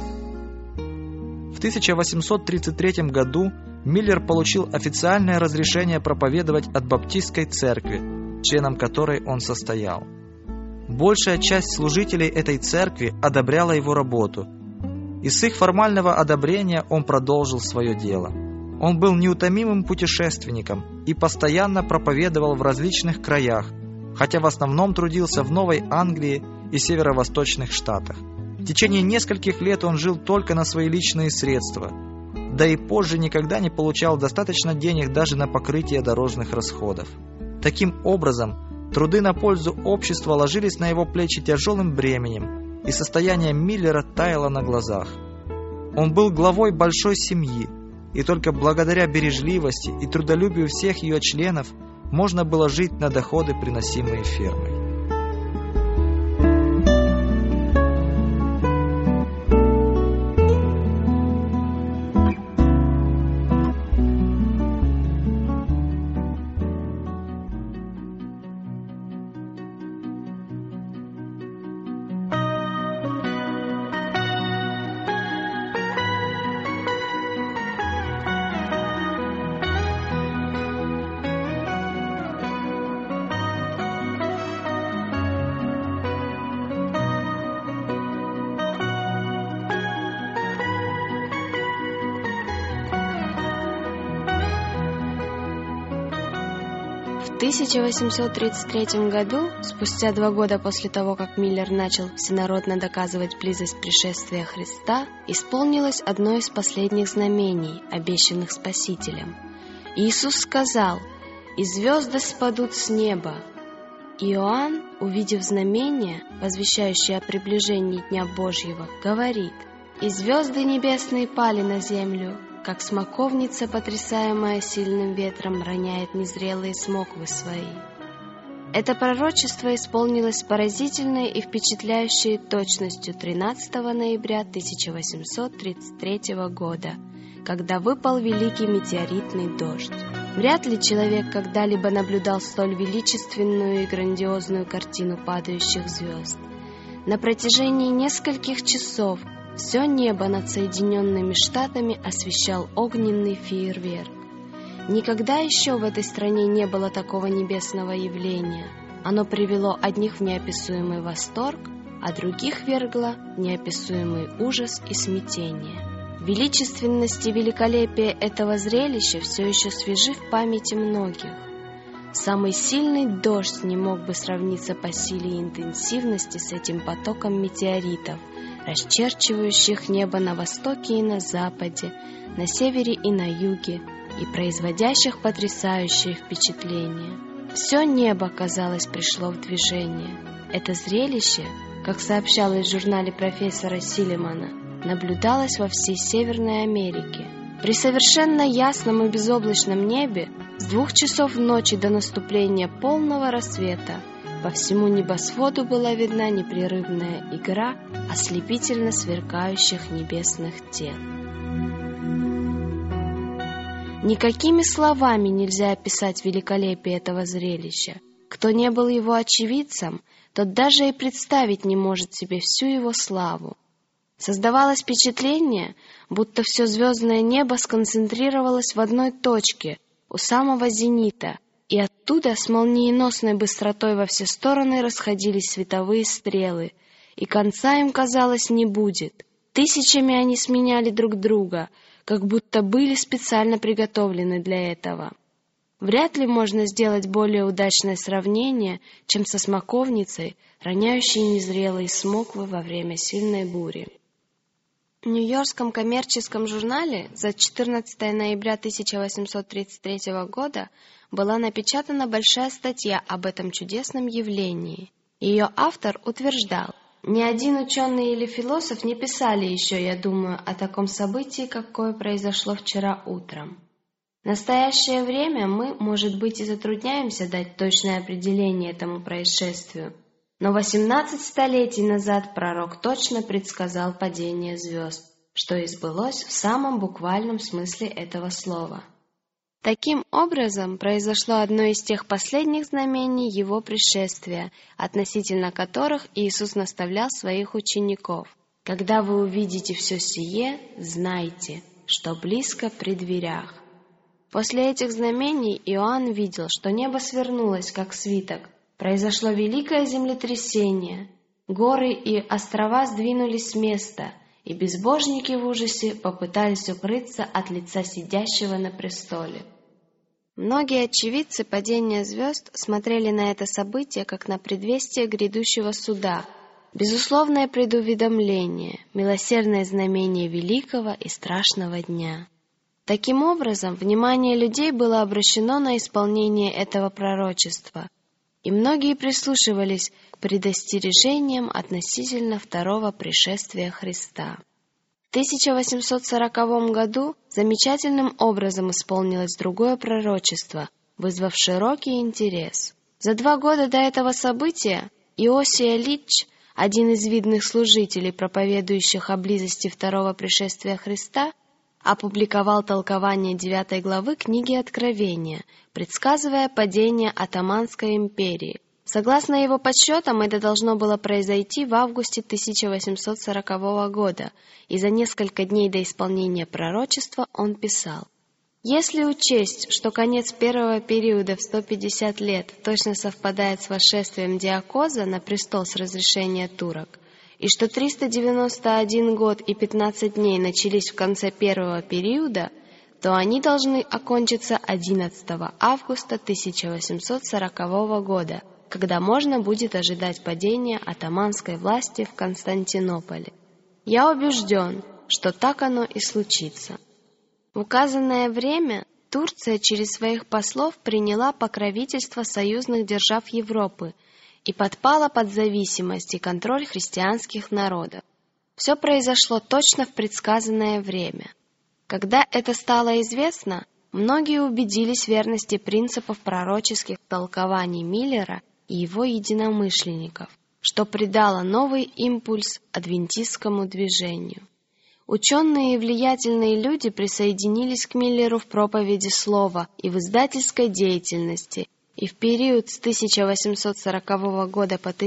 В 1833 году Миллер получил официальное разрешение проповедовать от Баптистской церкви, членом которой он состоял. Большая часть служителей этой церкви одобряла его работу, и с их формального одобрения он продолжил свое дело. Он был неутомимым путешественником и постоянно проповедовал в различных краях, хотя в основном трудился в Новой Англии и северо-восточных штатах. В течение нескольких лет он жил только на свои личные средства, да и позже никогда не получал достаточно денег даже на покрытие дорожных расходов. Таким образом, труды на пользу общества ложились на его плечи тяжелым бременем, и состояние Миллера таяло на глазах. Он был главой большой семьи, и только благодаря бережливости и трудолюбию всех ее членов можно было жить на доходы, приносимые фермой. В 1833 году, спустя 2 года после того, как Миллер начал всенародно доказывать близость пришествия Христа, исполнилось одно из последних знамений, обещанных Спасителем. Иисус сказал: «И звезды спадут с неба». Иоанн, увидев знамение, возвещающее о приближении Дня Божьего, говорит: «И звезды небесные пали на землю, как смоковница, потрясаемая сильным ветром, роняет незрелые смоквы свои». Это пророчество исполнилось с поразительной и впечатляющей точностью 13 ноября 1833 года, когда выпал великий метеоритный дождь. Вряд ли человек когда-либо наблюдал столь величественную и грандиозную картину падающих звезд. На протяжении нескольких часов все небо над Соединенными Штатами освещал огненный фейерверк. Никогда еще в этой стране не было такого небесного явления. Оно привело одних в неописуемый восторг, а других вергло в неописуемый ужас и смятение. Величественность и великолепие этого зрелища все еще свежи в памяти многих. Самый сильный дождь не мог бы сравниться по силе и интенсивности с этим потоком метеоритов, расчерчивающих небо на востоке и на западе, на севере и на юге, и производящих потрясающее впечатление. Все небо, казалось, пришло в движение. Это зрелище, как сообщалось в журнале профессора Силимана, наблюдалось во всей Северной Америке. При совершенно ясном и безоблачном небе с 2 часов ночи до наступления полного рассвета по всему небосводу была видна непрерывная игра ослепительно сверкающих небесных тел. Никакими словами нельзя описать великолепие этого зрелища. Кто не был его очевидцем, тот даже и представить не может себе всю его славу. Создавалось впечатление, будто все звездное небо сконцентрировалось в одной точке, у самого зенита, и оттуда с молниеносной быстротой во все стороны расходились световые стрелы, и конца им, казалось, не будет. Тысячами они сменяли друг друга, как будто были специально приготовлены для этого. Вряд ли можно сделать более удачное сравнение, чем со смоковницей, роняющей незрелые смоквы во время сильной бури. В Нью-Йоркском коммерческом журнале за 14 ноября 1833 года была напечатана большая статья об этом чудесном явлении. Ее автор утверждал: «Ни один ученый или философ не писали еще, я думаю, о таком событии, какое произошло вчера утром. В настоящее время мы, может быть, и затрудняемся дать точное определение этому происшествию, но 18 столетий назад пророк точно предсказал падение звезд, что и сбылось в самом буквальном смысле этого слова». Таким образом, произошло одно из тех последних знамений его пришествия, относительно которых Иисус наставлял своих учеников: «Когда вы увидите все сие, знайте, что близко при дверях». После этих знамений Иоанн видел, что небо свернулось, как свиток, произошло великое землетрясение, горы и острова сдвинулись с места, и безбожники в ужасе попытались укрыться от лица сидящего на престоле. Многие очевидцы падения звезд смотрели на это событие как на предвестие грядущего суда, безусловное предуведомление, милосердное знамение великого и страшного дня. Таким образом, внимание людей было обращено на исполнение этого пророчества, и многие прислушивались к предостережениям относительно второго пришествия Христа. В 1840 году замечательным образом исполнилось другое пророчество, вызвав широкий интерес. За 2 года до этого события Иосия Лич, один из видных служителей, проповедующих о близости второго пришествия Христа, опубликовал толкование 9 главы книги Откровения, предсказывая падение Оттоманской империи. Согласно его подсчетам, это должно было произойти в августе 1840 года, и за несколько дней до исполнения пророчества он писал: «Если учесть, что конец первого периода в 150 лет точно совпадает с восшествием Диокоза на престол с разрешения турок, и что 391 год и 15 дней начались в конце первого периода, то они должны окончиться 11 августа 1840 года, когда можно будет ожидать падения оттоманской власти в Константинополе. Я убежден, что так оно и случится». В указанное время Турция через своих послов приняла покровительство союзных держав Европы и подпала под зависимость и контроль христианских народов. Все произошло точно в предсказанное время. Когда это стало известно, многие убедились в верности принципов пророческих толкований Миллера и его единомышленников, что придало новый импульс адвентистскому движению. Ученые и влиятельные люди присоединились к Миллеру в проповеди слова и в издательской деятельности, и в период с 1840 года по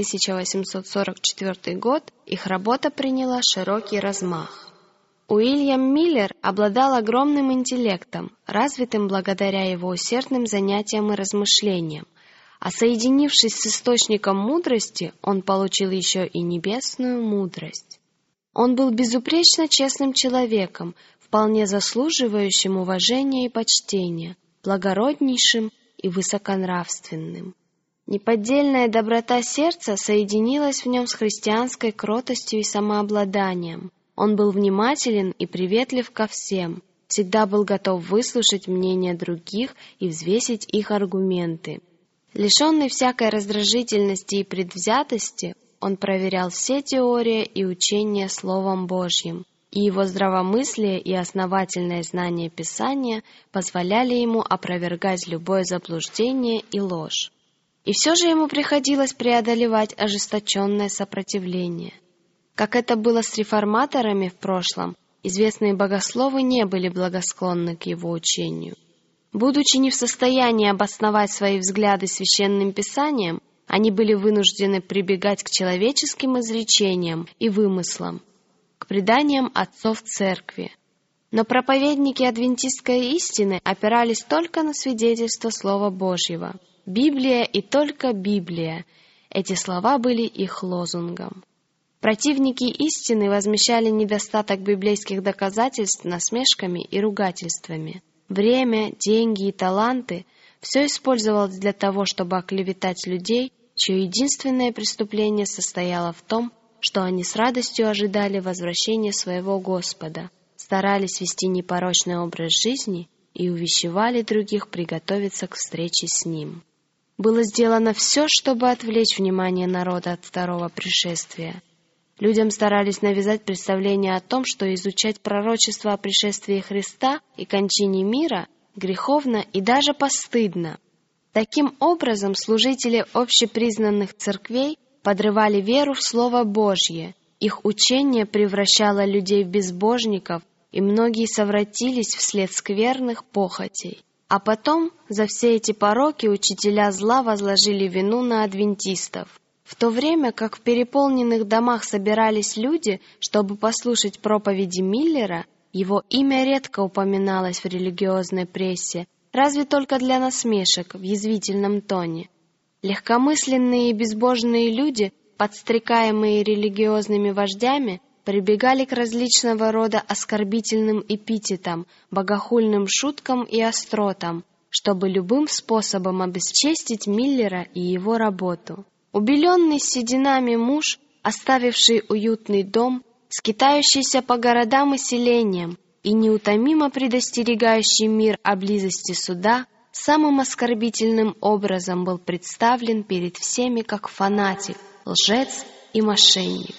1844 год их работа приняла широкий размах. Уильям Миллер обладал огромным интеллектом, развитым благодаря его усердным занятиям и размышлениям, а соединившись с источником мудрости, он получил еще и небесную мудрость. Он был безупречно честным человеком, вполне заслуживающим уважения и почтения, благороднейшим и высоконравственным. Неподдельная доброта сердца соединилась в нем с христианской кротостью и самообладанием. Он был внимателен и приветлив ко всем, всегда был готов выслушать мнения других и взвесить их аргументы. Лишенный всякой раздражительности и предвзятости, он проверял все теории и учения Словом Божьим, и его здравомыслие и основательное знание Писания позволяли ему опровергать любое заблуждение и ложь. И все же ему приходилось преодолевать ожесточенное сопротивление. Как это было с реформаторами в прошлом, известные богословы не были благосклонны к его учению. Будучи не в состоянии обосновать свои взгляды священным Писанием, они были вынуждены прибегать к человеческим изречениям и вымыслам, к преданиям отцов церкви. Но проповедники адвентистской истины опирались только на свидетельство Слова Божьего. Библия и только Библия. Эти слова были их лозунгом. Противники истины возмещали недостаток библейских доказательств насмешками и ругательствами. Время, деньги и таланты – все использовалось для того, чтобы оклеветать людей, чье единственное преступление состояло в том, что они с радостью ожидали возвращения своего Господа, старались вести непорочный образ жизни и увещевали других приготовиться к встрече с Ним. Было сделано все, чтобы отвлечь внимание народа от второго пришествия. Людям старались навязать представление о том, что изучать пророчество о пришествии Христа и кончине мира греховно и даже постыдно. Таким образом, служители общепризнанных церквей подрывали веру в Слово Божье, их учение превращало людей в безбожников, и многие совратились вслед скверных похотей. А потом за все эти пороки учителя зла возложили вину на адвентистов. В то время как в переполненных домах собирались люди, чтобы послушать проповеди Миллера, его имя редко упоминалось в религиозной прессе, разве только для насмешек в язвительном тоне. Легкомысленные и безбожные люди, подстрекаемые религиозными вождями, прибегали к различного рода оскорбительным эпитетам, богохульным шуткам и остротам, чтобы любым способом обесчестить Миллера и его работу. Убеленный сединами муж, оставивший уютный дом, скитающийся по городам и селениям, и неутомимо предостерегающий мир о близости суда, самым оскорбительным образом был представлен перед всеми как фанатик, лжец и мошенник.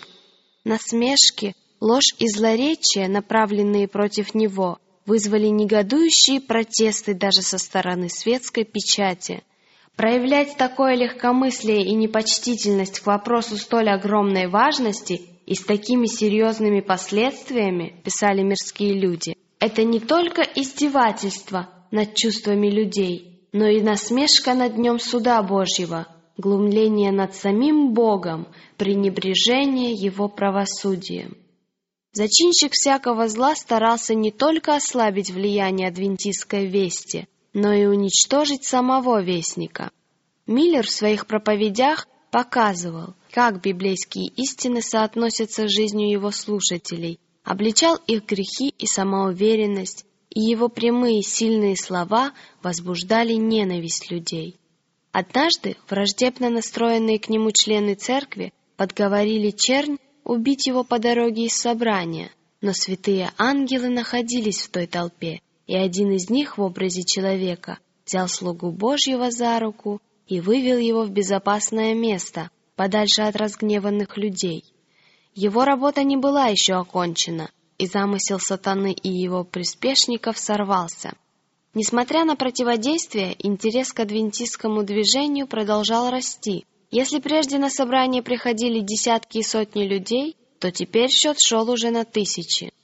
Насмешки, ложь и злоречие, направленные против него, вызвали негодующие протесты даже со стороны светской печати. Проявлять такое легкомыслие и непочтительность к вопросу столь огромной важности и с такими серьезными последствиями, писали мирские люди, это не только издевательство над чувствами людей, но и насмешка над днем суда Божьего, глумление над самим Богом, пренебрежение Его правосудием. Зачинщик всякого зла старался не только ослабить влияние адвентистской вести, но и уничтожить самого вестника. Миллер в своих проповедях показывал, как библейские истины соотносятся с жизнью его слушателей, обличал их грехи и самоуверенность, и его прямые сильные слова возбуждали ненависть людей. Однажды враждебно настроенные к нему члены церкви подговорили чернь убить его по дороге из собрания, но святые ангелы находились в той толпе, и один из них в образе человека взял слугу Божьего за руку и вывел его в безопасное место, подальше от разгневанных людей. Его работа не была еще окончена, и замысел сатаны и его приспешников сорвался. Несмотря на противодействие, интерес к адвентистскому движению продолжал расти. Если прежде на собрание приходили десятки и сотни людей, то теперь счет шел уже на тысячи.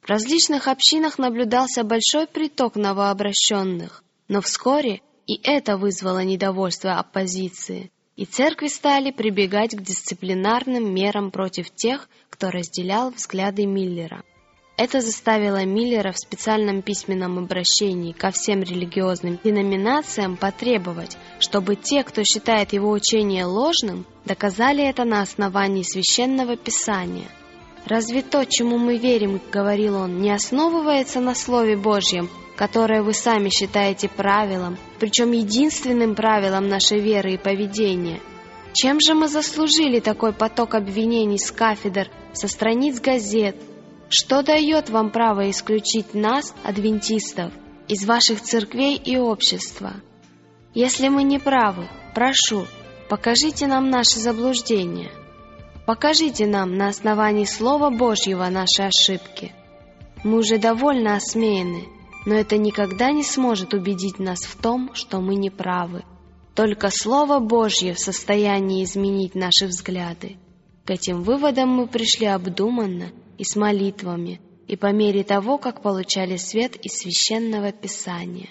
В различных общинах наблюдался большой приток новообращенных, но вскоре и это вызвало недовольство оппозиции, и церкви стали прибегать к дисциплинарным мерам против тех, кто разделял взгляды Миллера. Это заставило Миллера в специальном письменном обращении ко всем религиозным деноминациям потребовать, чтобы те, кто считает его учение ложным, доказали это на основании Священного Писания. «Разве то, чему мы верим, — говорил он, — не основывается на Слове Божьем, которое вы сами считаете правилом, причем единственным правилом нашей веры и поведения? Чем же мы заслужили такой поток обвинений с кафедр, со страниц газет? Что дает вам право исключить нас, адвентистов, из ваших церквей и общества? Если мы не правы, прошу, покажите нам наши заблуждения. Покажите нам на основании Слова Божьего наши ошибки. Мы уже довольно осмеяны, но это никогда не сможет убедить нас в том, что мы не правы. Только Слово Божье в состоянии изменить наши взгляды. К этим выводам мы пришли обдуманно и с молитвами, и по мере того, как получали свет из Священного Писания.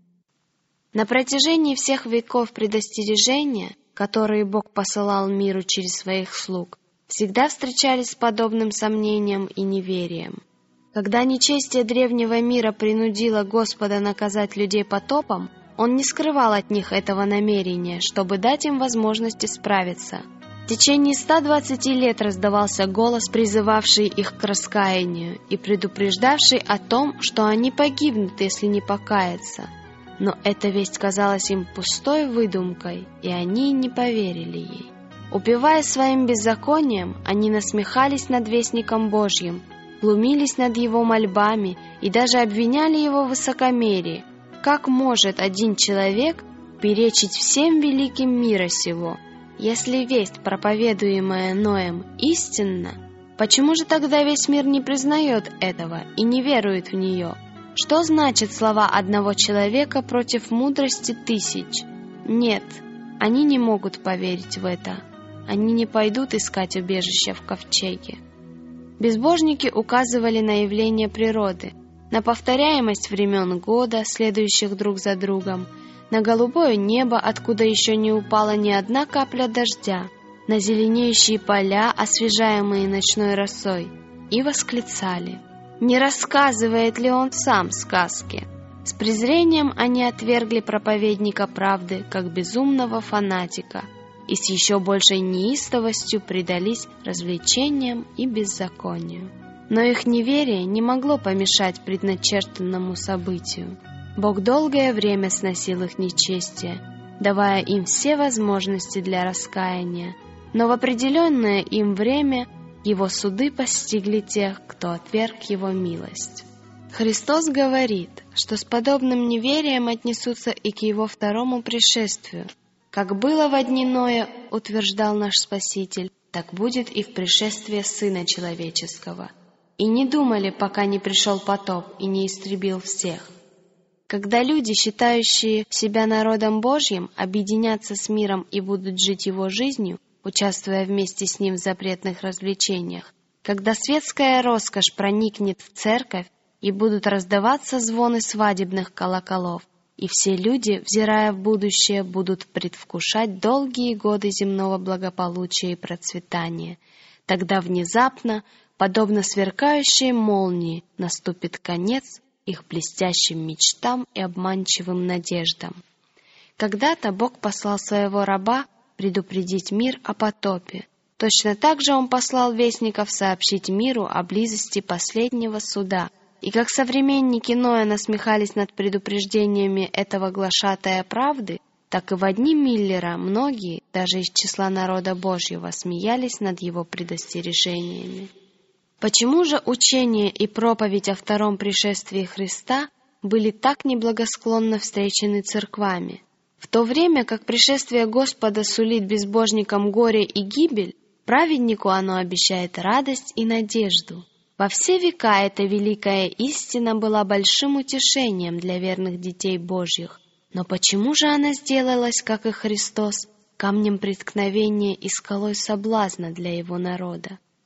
На протяжении всех веков предостережения, которые Бог посылал миру через своих слуг, всегда встречались с подобным сомнением и неверием. Когда нечестие древнего мира принудило Господа наказать людей потопом, Он не скрывал от них этого намерения, чтобы дать им возможность исправиться. В течение 120 лет раздавался голос, призывавший их к раскаянию и предупреждавший о том, что они погибнут, если не покаяться. Но эта весть казалась им пустой выдумкой, и они не поверили ей. Упиваясь своим беззаконием, они насмехались над вестником Божьим, глумились над его мольбами и даже обвиняли его в высокомерии. Как может один человек перечить всем великим мира сего? Если весть, проповедуемая Ноем, истинна, почему же тогда весь мир не признает этого и не верует в нее? Что значит слова одного человека против мудрости тысяч? Нет, они не могут поверить в это. Они не пойдут искать убежища в ковчеге. Безбожники указывали на явления природы, на повторяемость времен года, следующих друг за другом, на голубое небо, откуда еще не упала ни одна капля дождя, на зеленеющие поля, освежаемые ночной росой, и восклицали: «Не рассказывает ли он сам сказки?» С презрением они отвергли проповедника правды, как безумного фанатика, и с еще большей неистовостью предались развлечениям и беззаконию. Но их неверие не могло помешать предначертанному событию. Бог долгое время сносил их нечестие, давая им все возможности для раскаяния, но в определенное им время Его суды постигли тех, кто отверг Его милость. Христос говорит, что с подобным неверием отнесутся и к Его второму пришествию. Как было во дни Ноя, утверждал наш Спаситель, так будет и в пришествии Сына Человеческого. И не думали, пока не пришел потоп и не истребил всех. Когда люди, считающие себя народом Божьим, объединятся с миром и будут жить его жизнью, участвуя вместе с ним в запретных развлечениях, когда светская роскошь проникнет в церковь и будут раздаваться звоны свадебных колоколов, и все люди, взирая в будущее, будут предвкушать долгие годы земного благополучия и процветания, тогда внезапно, подобно сверкающей молнии, наступит конец их блестящим мечтам и обманчивым надеждам. Когда-то Бог послал своего раба предупредить мир о потопе. Точно так же Он послал вестников сообщить миру о близости последнего суда. И как современники Ноя насмехались над предупреждениями этого глашатая правды, так и в дни Миллера многие, даже из числа народа Божьего, смеялись над его предостережениями. Почему же учение и проповедь о втором пришествии Христа были так неблагосклонно встречены церквами? В то время как пришествие Господа сулит безбожникам горе и гибель, праведнику оно обещает радость и надежду. Во все века эта великая истина была большим утешением для верных детей Божьих. Но почему же она сделалась, как и Христос, камнем преткновения и скалой соблазна для Его народа?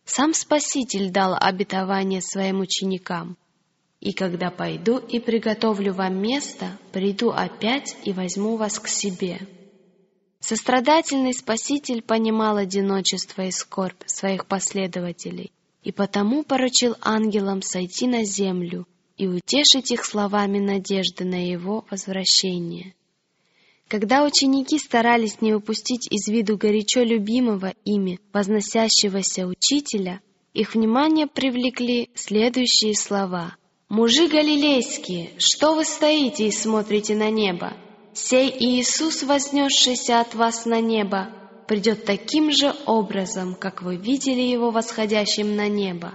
Сам Спаситель дал обетование своим ученикам: «И когда пойду и приготовлю вам место, приду опять и возьму вас к себе». Сострадательный Спаситель понимал одиночество и скорбь своих последователей, и потому поручил ангелам сойти на землю и утешить их словами надежды на Его возвращение. Когда ученики старались не упустить из виду горячо любимого ими, возносящегося учителя, их внимание привлекли следующие слова: «Мужи галилейские, что вы стоите и смотрите на небо? Сей Иисус, вознесшийся от вас на небо, придет таким же образом, как вы видели Его восходящим на небо».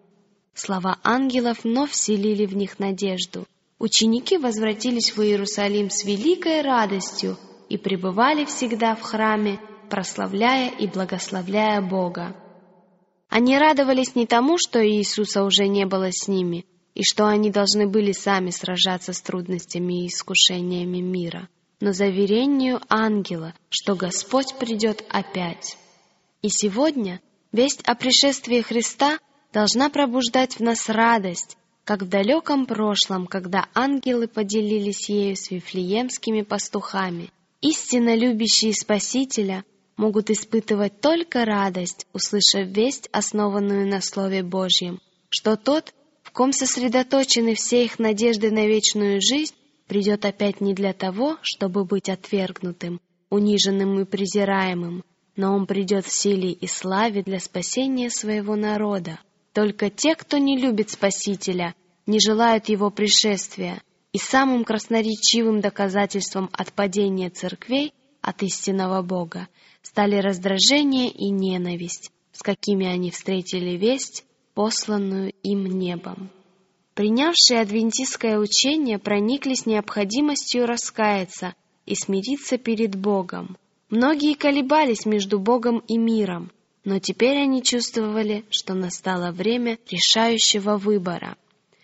Слова ангелов вновь вселили в них надежду. Ученики возвратились в Иерусалим с великой радостью и пребывали всегда в храме, прославляя и благословляя Бога. Они радовались не тому, что Иисуса уже не было с ними, и что они должны были сами сражаться с трудностями и искушениями мира, но заверению ангела, что Господь придет опять. И сегодня весть о пришествии Христа должна пробуждать в нас радость, как в далеком прошлом, когда ангелы поделились ею с вифлеемскими пастухами. Истинно любящие Спасителя могут испытывать только радость, услышав весть, основанную на Слове Божьем, что Тот, в ком сосредоточены все их надежды на вечную жизнь, придет опять не для того, чтобы быть отвергнутым, униженным и презираемым, но Он придет в силе и славе для спасения своего народа. Только те, кто не любит Спасителя, не желают Его пришествия, и самым красноречивым доказательством отпадения церквей от истинного Бога стали раздражение и ненависть, с какими они встретили весть, посланную им небом. Принявшие адвентистское учение прониклись необходимостью раскаяться и смириться перед Богом. Многие колебались между Богом и миром, но теперь они чувствовали, что настало время решающего выбора.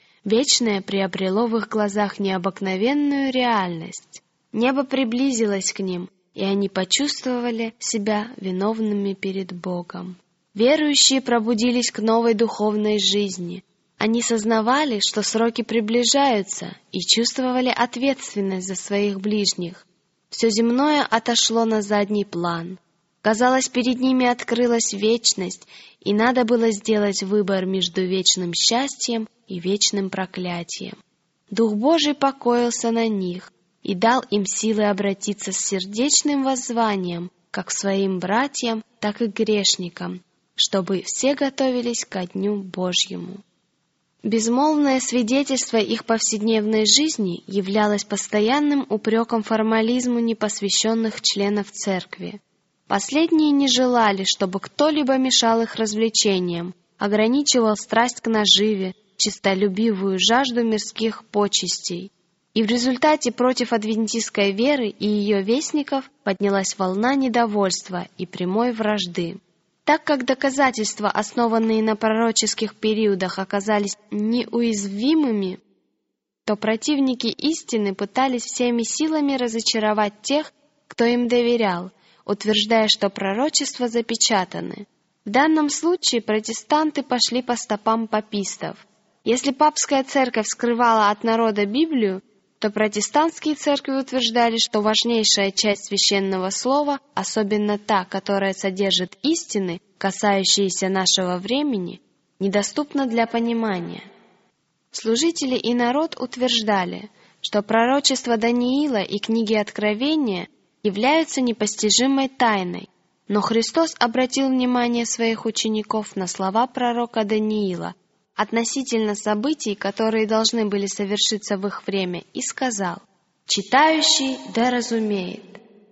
Вечное приобрело в их глазах необыкновенную реальность. Небо приблизилось к ним, и они почувствовали себя виновными перед Богом. Верующие пробудились к новой духовной жизни. Они сознавали, что сроки приближаются, и чувствовали ответственность за своих ближних. Все земное отошло на задний план. Казалось, перед ними открылась вечность, и надо было сделать выбор между вечным счастьем и вечным проклятием. Дух Божий покоился на них и дал им силы обратиться с сердечным воззванием как к своим братьям, так и к грешникам, чтобы все готовились ко дню Божьему. Безмолвное свидетельство их повседневной жизни являлось постоянным упреком формализму непосвященных членов церкви. Последние не желали, чтобы кто-либо мешал их развлечениям, ограничивал страсть к наживе, честолюбивую жажду мирских почестей. И в результате против адвентистской веры и ее вестников поднялась волна недовольства и прямой вражды. Так как доказательства, основанные на пророческих периодах, оказались неуязвимыми, то противники истины пытались всеми силами разочаровать тех, кто им доверял, утверждая, что пророчества запечатаны. В данном случае протестанты пошли по стопам папистов. Если папская церковь скрывала от народа Библию, то протестантские церкви утверждали, что важнейшая часть священного слова, особенно та, которая содержит истины, касающиеся нашего времени, недоступна для понимания. Служители и народ утверждали, что пророчества Даниила и книги Откровения являются непостижимой тайной, но Христос обратил внимание своих учеников на слова пророка Даниила относительно событий, которые должны были совершиться в их время, и сказал: «Читающий да разумеет».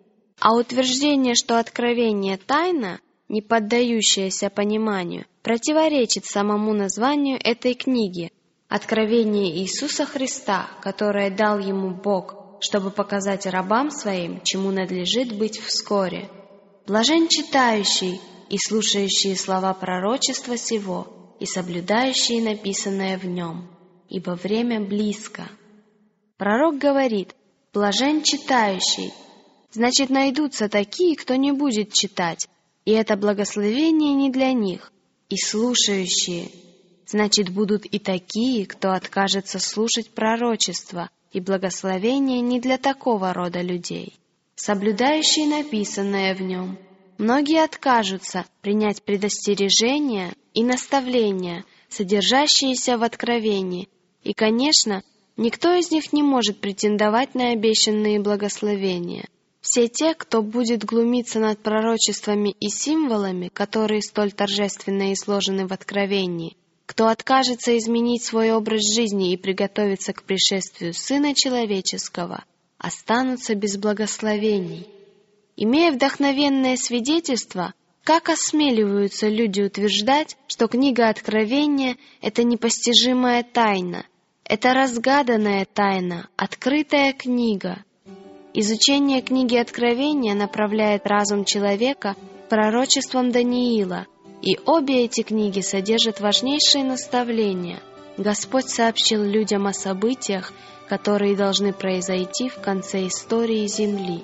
А утверждение, что Откровение тайна, не поддающаяся пониманию, противоречит самому названию этой книги «Откровение Иисуса Христа, которое дал ему Бог, чтобы показать рабам своим, чему надлежит быть вскоре. Блажен читающий и слушающие слова пророчества сего, и соблюдающие написанное в нем, ибо время близко». Пророк говорит: «Блажен читающий». Значит, найдутся такие, кто не будет читать, и это благословение не для них. и слушающие. Значит, будут и такие, кто откажется слушать пророчество, и благословение не для такого рода людей. Соблюдающие написанное в нем. Многие откажутся принять предостережения и наставления, содержащиеся в откровении, и, конечно, никто из них не может претендовать на обещанные благословения. Все те, кто будет глумиться над пророчествами и символами, которые столь торжественно изложены в Откровении, кто откажется изменить свой образ жизни и приготовиться к пришествию Сына Человеческого, останутся без благословений. Имея вдохновенное свидетельство, как осмеливаются люди утверждать, что книга Откровения — это непостижимая тайна, это разгаданная тайна, открытая книга. Изучение книги Откровения направляет разум человека к пророчествам Даниила, и обе эти книги содержат важнейшие наставления. Господь сообщил людям о событиях, которые должны произойти в конце истории Земли.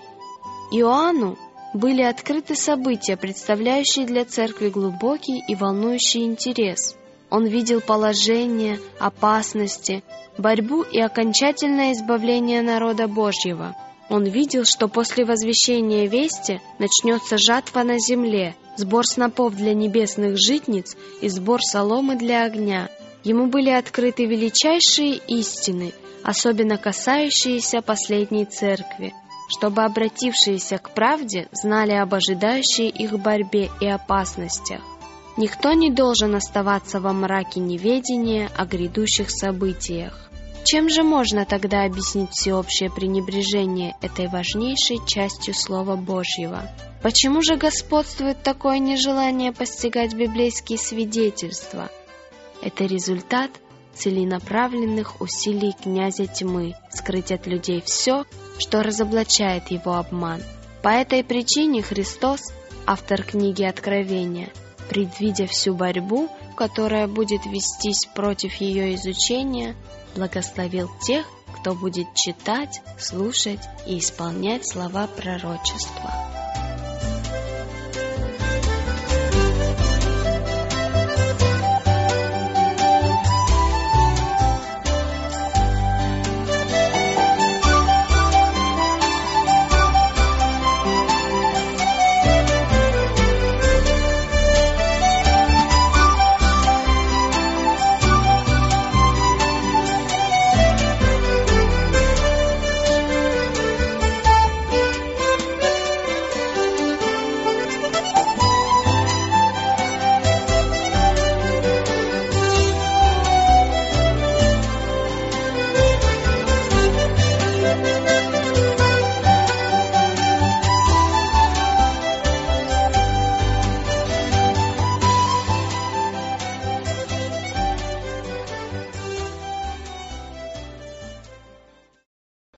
Иоанну были открыты события, представляющие для церкви глубокий и волнующий интерес. Он видел положение, опасности, борьбу и окончательное избавление народа Божьего. Он видел, что после возвещения вести начнется жатва на земле, сбор снопов для небесных житниц и сбор соломы для огня. Ему были открыты величайшие истины, особенно касающиеся последней церкви, чтобы обратившиеся к правде знали об ожидающей их борьбе и опасностях. Никто не должен оставаться во мраке неведения о грядущих событиях. Чем же можно тогда объяснить всеобщее пренебрежение этой важнейшей частью Слова Божьего? Почему же господствует такое нежелание постигать библейские свидетельства? Это результат целенаправленных усилий князя тьмы скрыть от людей все, что разоблачает его обман. По этой причине Христос, автор книги Откровения, предвидя всю борьбу, которая будет вестись против ее изучения, благословил тех, кто будет читать, слушать и исполнять слова пророчества.